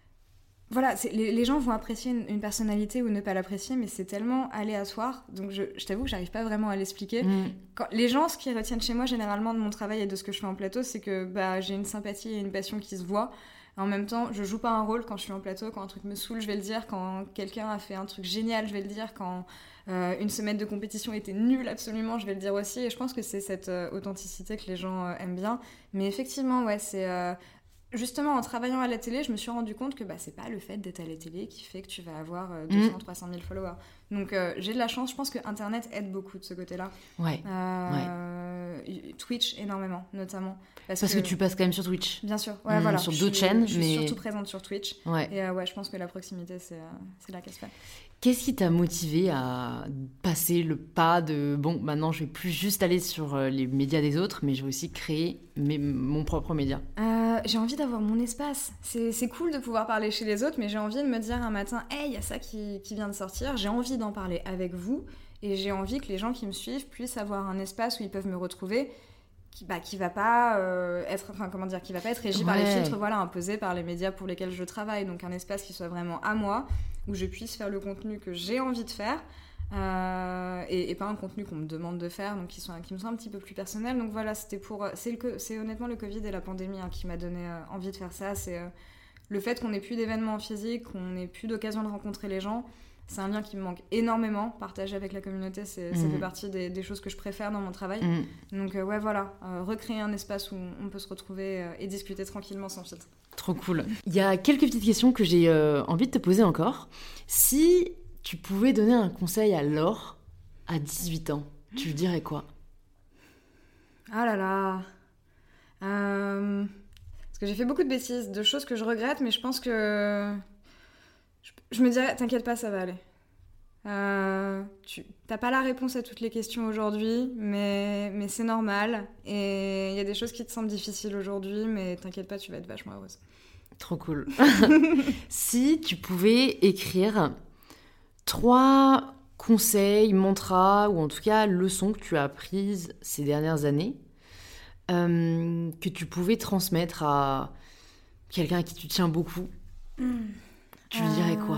voilà, c'est, les, les gens vont apprécier une, une personnalité ou ne pas l'apprécier, mais c'est tellement aléatoire. Donc je, je t'avoue que j'arrive pas vraiment à l'expliquer. Mm. Quand, les gens, ce qu'ils retiennent chez moi généralement de mon travail et de ce que je fais en plateau, c'est que bah, j'ai une sympathie et une passion qui se voient. En même temps, je joue pas un rôle quand je suis en plateau. Quand un truc me saoule, je vais le dire. Quand quelqu'un a fait un truc génial, je vais le dire. Quand euh, une semaine de compétition était nulle absolument, je vais le dire aussi. Et je pense que c'est cette euh, authenticité que les gens euh, aiment bien. Mais effectivement, ouais, c'est... Euh, Justement, en travaillant à la télé, je me suis rendu compte que bah, c'est pas le fait d'être à la télé qui fait que tu vas avoir euh, deux cents à trois cent mille followers. Donc euh, j'ai de la chance, je pense que Internet aide beaucoup de ce côté-là. Ouais. Euh, ouais. Twitch énormément, notamment. Parce, parce que... que tu passes quand même sur Twitch. Bien sûr, ouais, mmh, voilà. Sur d'autres chaînes. Je mais... suis surtout présente sur Twitch. Ouais. Et euh, ouais, je pense que la proximité, c'est, euh, c'est là qu'elle se fait. Qu'est-ce qui t'a motivé à passer le pas de bon, maintenant je vais plus juste aller sur les médias des autres, mais je vais aussi créer mes, mon propre média? euh, J'ai envie d'avoir mon espace. C'est, c'est cool de pouvoir parler chez les autres, mais j'ai envie de me dire un matin, hey, il y a ça qui, qui vient de sortir, j'ai envie d'en parler avec vous, et j'ai envie que les gens qui me suivent puissent avoir un espace où ils peuvent me retrouver. Qui, bah, qui va pas euh, être enfin comment dire qui va pas être régi ouais. par les filtres voilà imposés par les médias pour lesquels je travaille, donc un espace qui soit vraiment à moi, où je puisse faire le contenu que j'ai envie de faire euh, et, et pas un contenu qu'on me demande de faire, donc qui soit qui me soit un petit peu plus personnel. Donc voilà, c'était pour c'est le c'est honnêtement le Covid et la pandémie hein, qui m'a donné euh, envie de faire ça. C'est euh, le fait qu'on n'ait plus d'événements physiques, qu'on n'ait plus d'occasion de rencontrer les gens. C'est un lien qui me manque énormément. Partager avec la communauté, c'est, mmh. ça fait partie des, des choses que je préfère dans mon travail. Mmh. Donc euh, ouais, voilà, euh, recréer un espace où on peut se retrouver euh, et discuter tranquillement sans filtre. Trop cool. Il y a quelques petites questions que j'ai euh, envie de te poser encore. Si tu pouvais donner un conseil à Laure à dix-huit ans, tu lui dirais quoi? Ah là là euh... Parce que j'ai fait beaucoup de bêtises, de choses que je regrette, mais je pense que... Je me dirais, t'inquiète pas, ça va aller. Euh, tu t'as pas la réponse à toutes les questions aujourd'hui, mais, mais c'est normal. Et il y a des choses qui te semblent difficiles aujourd'hui, mais t'inquiète pas, tu vas être vachement heureuse. Trop cool. Si tu pouvais écrire trois conseils, mantras, ou en tout cas leçons que tu as apprises ces dernières années, euh, que tu pouvais transmettre à quelqu'un à qui tu tiens beaucoup, mmh. Tu lui dirais quoi?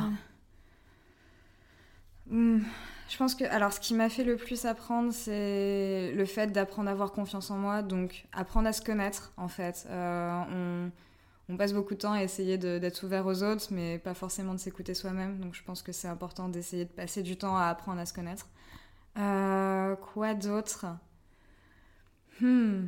euh... Je pense que... Alors, ce qui m'a fait le plus apprendre, c'est le fait d'apprendre à avoir confiance en moi. Donc, apprendre à se connaître, en fait. Euh, on, on passe beaucoup de temps à essayer de, d'être ouvert aux autres, mais pas forcément de s'écouter soi-même. Donc, je pense que c'est important d'essayer de passer du temps à apprendre à se connaître. Euh, quoi d'autre? hmm.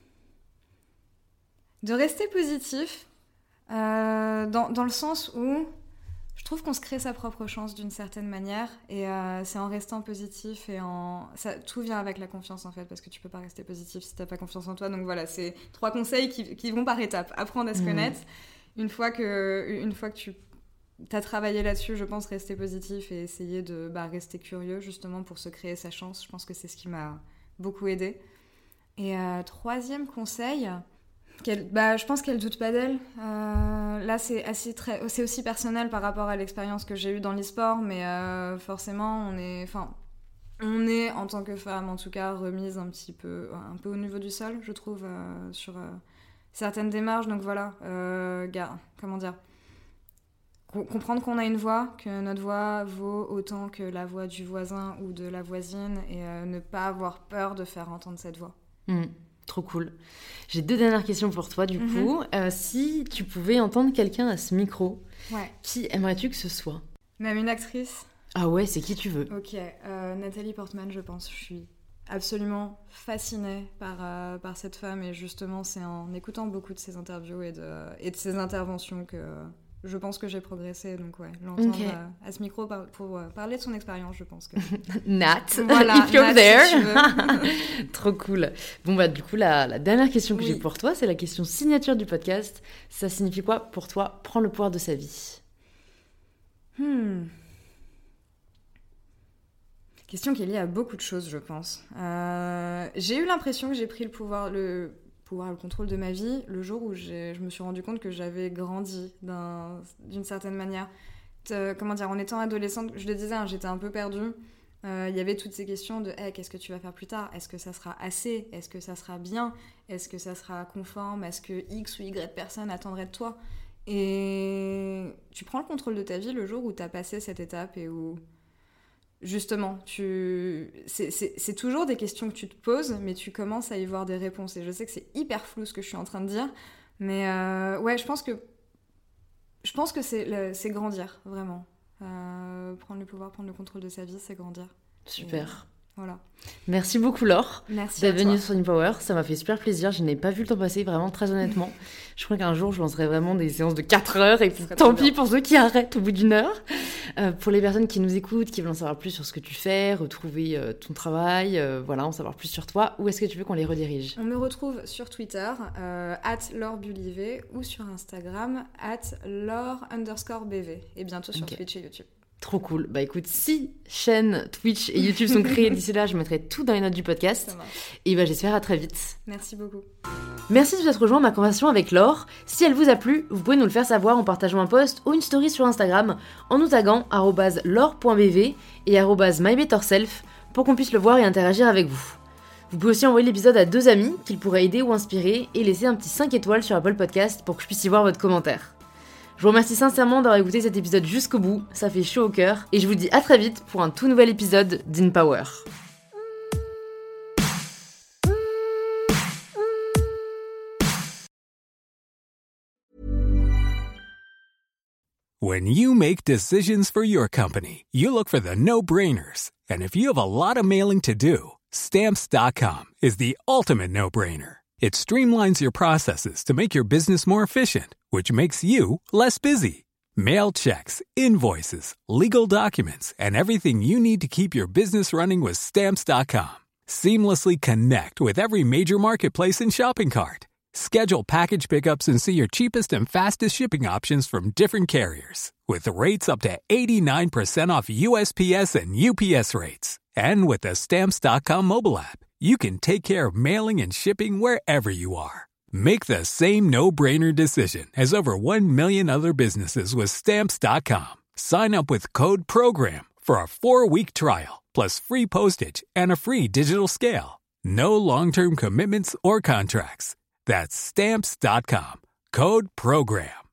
De rester positif, euh, dans, dans le sens où... Je trouve qu'on se crée sa propre chance d'une certaine manière, et euh, c'est en restant positif et en... Ça, tout vient avec la confiance en fait, parce que tu peux pas rester positif si t'as pas confiance en toi. Donc voilà, c'est trois conseils qui, qui vont par étapes. Apprendre à se mmh. connaître. Une fois que, une fois que tu as travaillé là-dessus, je pense rester positif et essayer de bah, rester curieux justement pour se créer sa chance. Je pense que c'est ce qui m'a beaucoup aidée. Et euh, troisième conseil... Qu'elle, bah, je pense qu'elle doute pas d'elle. Euh, là, c'est, assez très, c'est aussi personnel par rapport à l'expérience que j'ai eue dans l'e-sport, mais euh, forcément, on est, enfin, on est en tant que femme, en tout cas, remise un petit peu, un peu au niveau du sol, je trouve, euh, sur euh, certaines démarches. Donc voilà, euh, gars, comment dire, comprendre qu'on a une voix, que notre voix vaut autant que la voix du voisin ou de la voisine, et euh, ne pas avoir peur de faire entendre cette voix. Mmh. Trop cool. J'ai deux dernières questions pour toi, du mm-hmm. coup. Euh, si tu pouvais entendre quelqu'un à ce micro, ouais. qui aimerais-tu que ce soit? Même une actrice? Ah ouais, c'est qui tu veux? Ok, euh, Nathalie Portman, je pense. Je suis absolument fascinée par, euh, par cette femme, et justement, c'est en écoutant beaucoup de ses interviews et de, et de ses interventions que je pense que j'ai progressé. Donc ouais, l'entendre okay. à, à ce micro par, pour euh, parler de son expérience, je pense que... Nat, voilà, if you're Nat, there. Si tu veux. Trop cool. Bon bah du coup, la, la dernière question que oui. j'ai pour toi, c'est la question signature du podcast. Ça signifie quoi pour toi, prendre le pouvoir de sa vie? Hmm... Question qui est liée à beaucoup de choses, je pense. Euh, j'ai eu l'impression que j'ai pris le pouvoir, le pouvoir, le contrôle de ma vie le jour où j'ai, je me suis rendu compte que j'avais grandi d'un, d'une certaine manière. Euh, comment dire, en étant adolescente, je le disais, hein, j'étais un peu perdue. Euh, il y avait toutes ces questions de hey, qu'est-ce que tu vas faire plus tard? Est-ce que ça sera assez? Est-ce que ça sera bien? Est-ce que ça sera conforme? Est-ce que X ou Y personne attendrait de toi? Et tu prends le contrôle de ta vie le jour où tu as passé cette étape et où... Justement, tu... c'est, c'est, c'est toujours des questions que tu te poses, mais tu commences à y voir des réponses. Et je sais que c'est hyper flou ce que je suis en train de dire, mais euh, ouais, je pense que, je pense que c'est, le... c'est grandir, vraiment. Euh, prendre le pouvoir, prendre le contrôle de sa vie, c'est grandir. Super. Voilà. Merci beaucoup Laure Merci d'être venue sur InPower, ça m'a fait super plaisir, je n'ai pas vu le temps passer, vraiment très honnêtement. Je crois qu'un jour je lancerai vraiment des séances de quatre heures et puis tant pis pour ceux qui arrêtent au bout d'une heure. Euh, pour les personnes qui nous écoutent, qui veulent en savoir plus sur ce que tu fais, retrouver euh, ton travail, euh, voilà, en savoir plus sur toi, où est-ce que tu veux qu'on les redirige ? On me retrouve sur Twitter, euh, at Laure Bulivet, ou sur Instagram, at Laure underscore B V, et bientôt sur okay. Twitch et YouTube. Trop cool. Bah écoute, si chaînes Twitch et YouTube sont créées d'ici là, je mettrai tout dans les notes du podcast. Et bah j'espère à très vite. Merci beaucoup. Merci de vous être rejoint à ma conversation avec Laure. Si elle vous a plu, vous pouvez nous le faire savoir en partageant un post ou une story sur Instagram en nous taguant arobase laure point b v et arobase mybetterself pour qu'on puisse le voir et interagir avec vous. Vous pouvez aussi envoyer l'épisode à deux amis qu'il pourrait aider ou inspirer et laisser un petit cinq étoiles sur Apple Podcast pour que je puisse y voir votre commentaire. Je vous remercie sincèrement d'avoir écouté cet épisode jusqu'au bout, ça fait chaud au cœur, et je vous dis à très vite pour un tout nouvel épisode d'InPower. When you make decisions for your company, you look for the no-brainers. And if you have a lot of mailing to do, Stamps dot com is the ultimate no-brainer. It streamlines your processes to make your business more efficient, which makes you less busy. Mail checks, invoices, legal documents, and everything you need to keep your business running with Stamps dot com. Seamlessly connect with every major marketplace and shopping cart. Schedule package pickups and see your cheapest and fastest shipping options from different carriers, with rates up to eighty-nine percent off U S P S and U P S rates. And with the Stamps dot com mobile app, you can take care of mailing and shipping wherever you are. Make the same no-brainer decision as over one million other businesses with Stamps dot com. Sign up with code PROGRAM for a four-week trial, plus free postage and a free digital scale. No long-term commitments or contracts. That's Stamps dot com. Code PROGRAM.